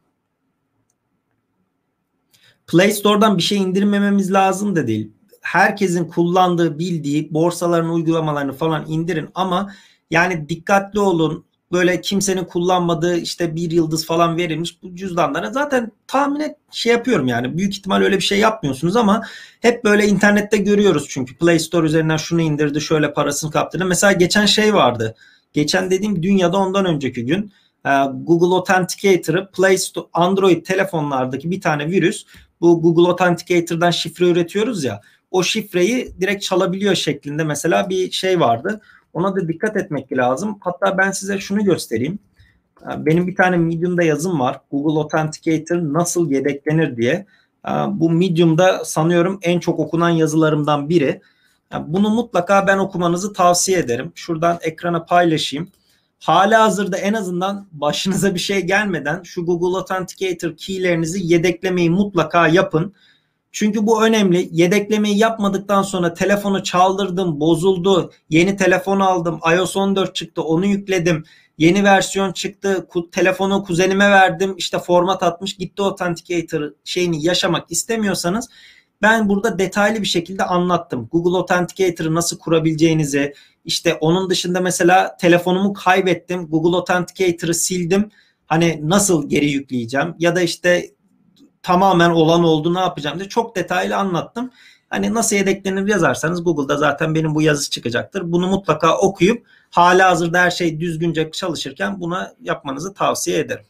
Play Store'dan bir şey indirmememiz lazım da değil. Herkesin kullandığı, bildiği borsaların uygulamalarını falan indirin ama yani dikkatli olun. Böyle kimsenin kullanmadığı işte bir yıldız falan verilmiş bu cüzdanlara zaten şey yapıyorum, yani büyük ihtimal öyle bir şey yapmıyorsunuz ama hep böyle internette görüyoruz, çünkü Play Store üzerinden şunu indirdi, şöyle parasını kaptırdı. Mesela geçen şey vardı. Geçen dediğim dünyada ondan önceki gün Google Authenticator'ı Play Store, Android telefonlardaki bir tane virüs, bu Google Authenticator'dan şifre üretiyoruz ya. o şifreyi direkt çalabiliyor şeklinde mesela bir şey vardı. Ona da dikkat etmek lazım. Hatta ben size şunu göstereyim. Benim bir tane Medium'da yazım var. Google Authenticator nasıl yedeklenir diye. Bu Medium'da sanıyorum en çok okunan yazılarımdan biri. Bunu mutlaka ben okumanızı tavsiye ederim. Şuradan ekrana paylaşayım. Halihazırda en azından başınıza bir şey gelmeden şu Google Authenticator key'lerinizi yedeklemeyi mutlaka yapın. Çünkü bu önemli. Yedeklemeyi yapmadıktan sonra telefonu çaldırdım, bozuldu, yeni telefon aldım, iOS 14 çıktı, onu yükledim, yeni versiyon çıktı, telefonu kuzenime verdim, işte format atmış gitti Authenticator şeyini yaşamak istemiyorsanız ben burada detaylı bir şekilde anlattım. Google Authenticator'ı nasıl kurabileceğinizi, işte onun dışında mesela telefonumu kaybettim, Google Authenticator'ı sildim, hani nasıl geri yükleyeceğim ya da işte tamamen olan oldu ne yapacağım diye çok detaylı anlattım. Hani nasıl yedeklenir yazarsanız Google'da zaten benim bu yazı çıkacaktır. Bunu mutlaka okuyup halihazırda her şey düzgünce çalışırken buna yapmanızı tavsiye ederim.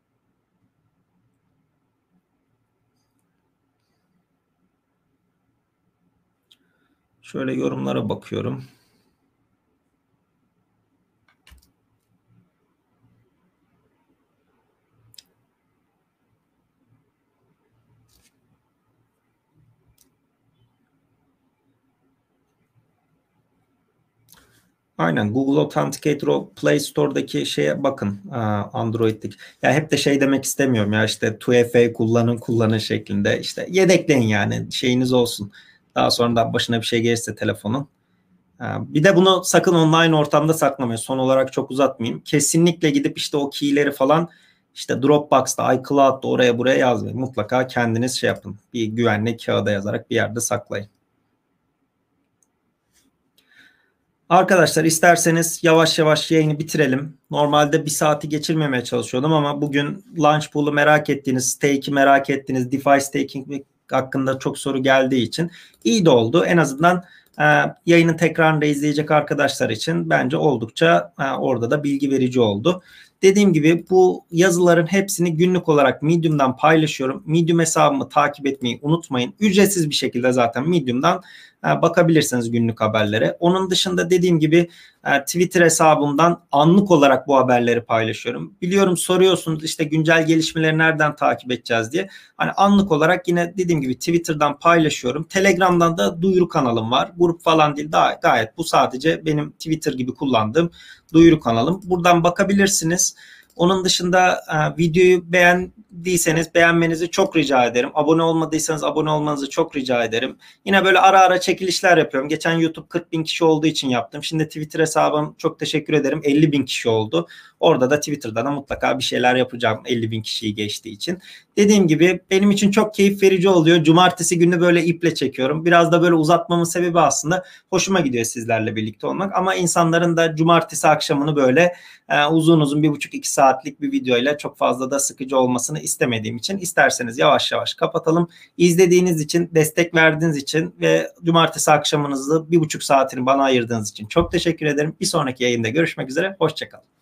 Şöyle yorumlara bakıyorum. Aynen Google Authenticator o Play Store'daki şeye bakın Android'deki. Ya hep de şey demek istemiyorum ya işte 2FA kullanın şeklinde. İşte yedekleyin yani şeyiniz olsun. Daha sonradan başına bir şey gelirse telefonun. Bir de bunu sakın online ortamda saklamayın. Son olarak çok uzatmayayım. Kesinlikle gidip işte o key'leri falan işte Dropbox'ta, iCloud'da oraya buraya yazmayın. Mutlaka kendiniz şey yapın. Bir güvenli kağıda yazarak bir yerde saklayın. Arkadaşlar isterseniz yavaş yavaş yayını bitirelim. Normalde bir saati geçirmemeye çalışıyordum ama bugün Launchpool'u merak ettiğiniz, stake'i merak ettiğiniz, DeFi staking hakkında çok soru geldiği için iyi de oldu. En azından yayının tekrarını da izleyecek arkadaşlar için bence oldukça orada da bilgi verici oldu. Dediğim gibi bu yazıların hepsini günlük olarak Medium'dan paylaşıyorum. Medium hesabımı takip etmeyi unutmayın. Ücretsiz bir şekilde zaten Medium'dan bakabilirsiniz günlük haberlere. Onun dışında dediğim gibi Twitter hesabımdan anlık olarak bu haberleri paylaşıyorum. Biliyorum soruyorsunuz işte güncel gelişmeleri nereden takip edeceğiz diye. Hani anlık olarak yine dediğim gibi Twitter'dan paylaşıyorum. Telegram'dan da duyuru kanalım var. Grup falan değil, daha gayet bu sadece benim Twitter gibi kullandığım duyuru kanalım. Buradan bakabilirsiniz. Onun dışında videoyu beğendiyseniz beğenmenizi çok rica ederim. Abone olmadıysanız abone olmanızı çok rica ederim. Yine böyle ara ara çekilişler yapıyorum. Geçen YouTube 40 bin kişi olduğu için yaptım. Şimdi Twitter hesabım çok teşekkür ederim. 50 bin kişi oldu. Orada da Twitter'da da mutlaka bir şeyler yapacağım 50 bin kişiyi geçtiği için. Dediğim gibi benim için çok keyif verici oluyor. Cumartesi günü böyle iple çekiyorum. Biraz da böyle uzatmamın sebebi aslında hoşuma gidiyor sizlerle birlikte olmak. Ama insanların da cumartesi akşamını böyle uzun uzun 1,5-2 saatlik bir videoyla çok fazla da sıkıcı olmasını istemediğim için isterseniz yavaş yavaş kapatalım. İzlediğiniz için, destek verdiğiniz için ve cumartesi akşamınızı 1,5 saatini bana ayırdığınız için çok teşekkür ederim. Bir sonraki yayında görüşmek üzere. Hoşçakalın.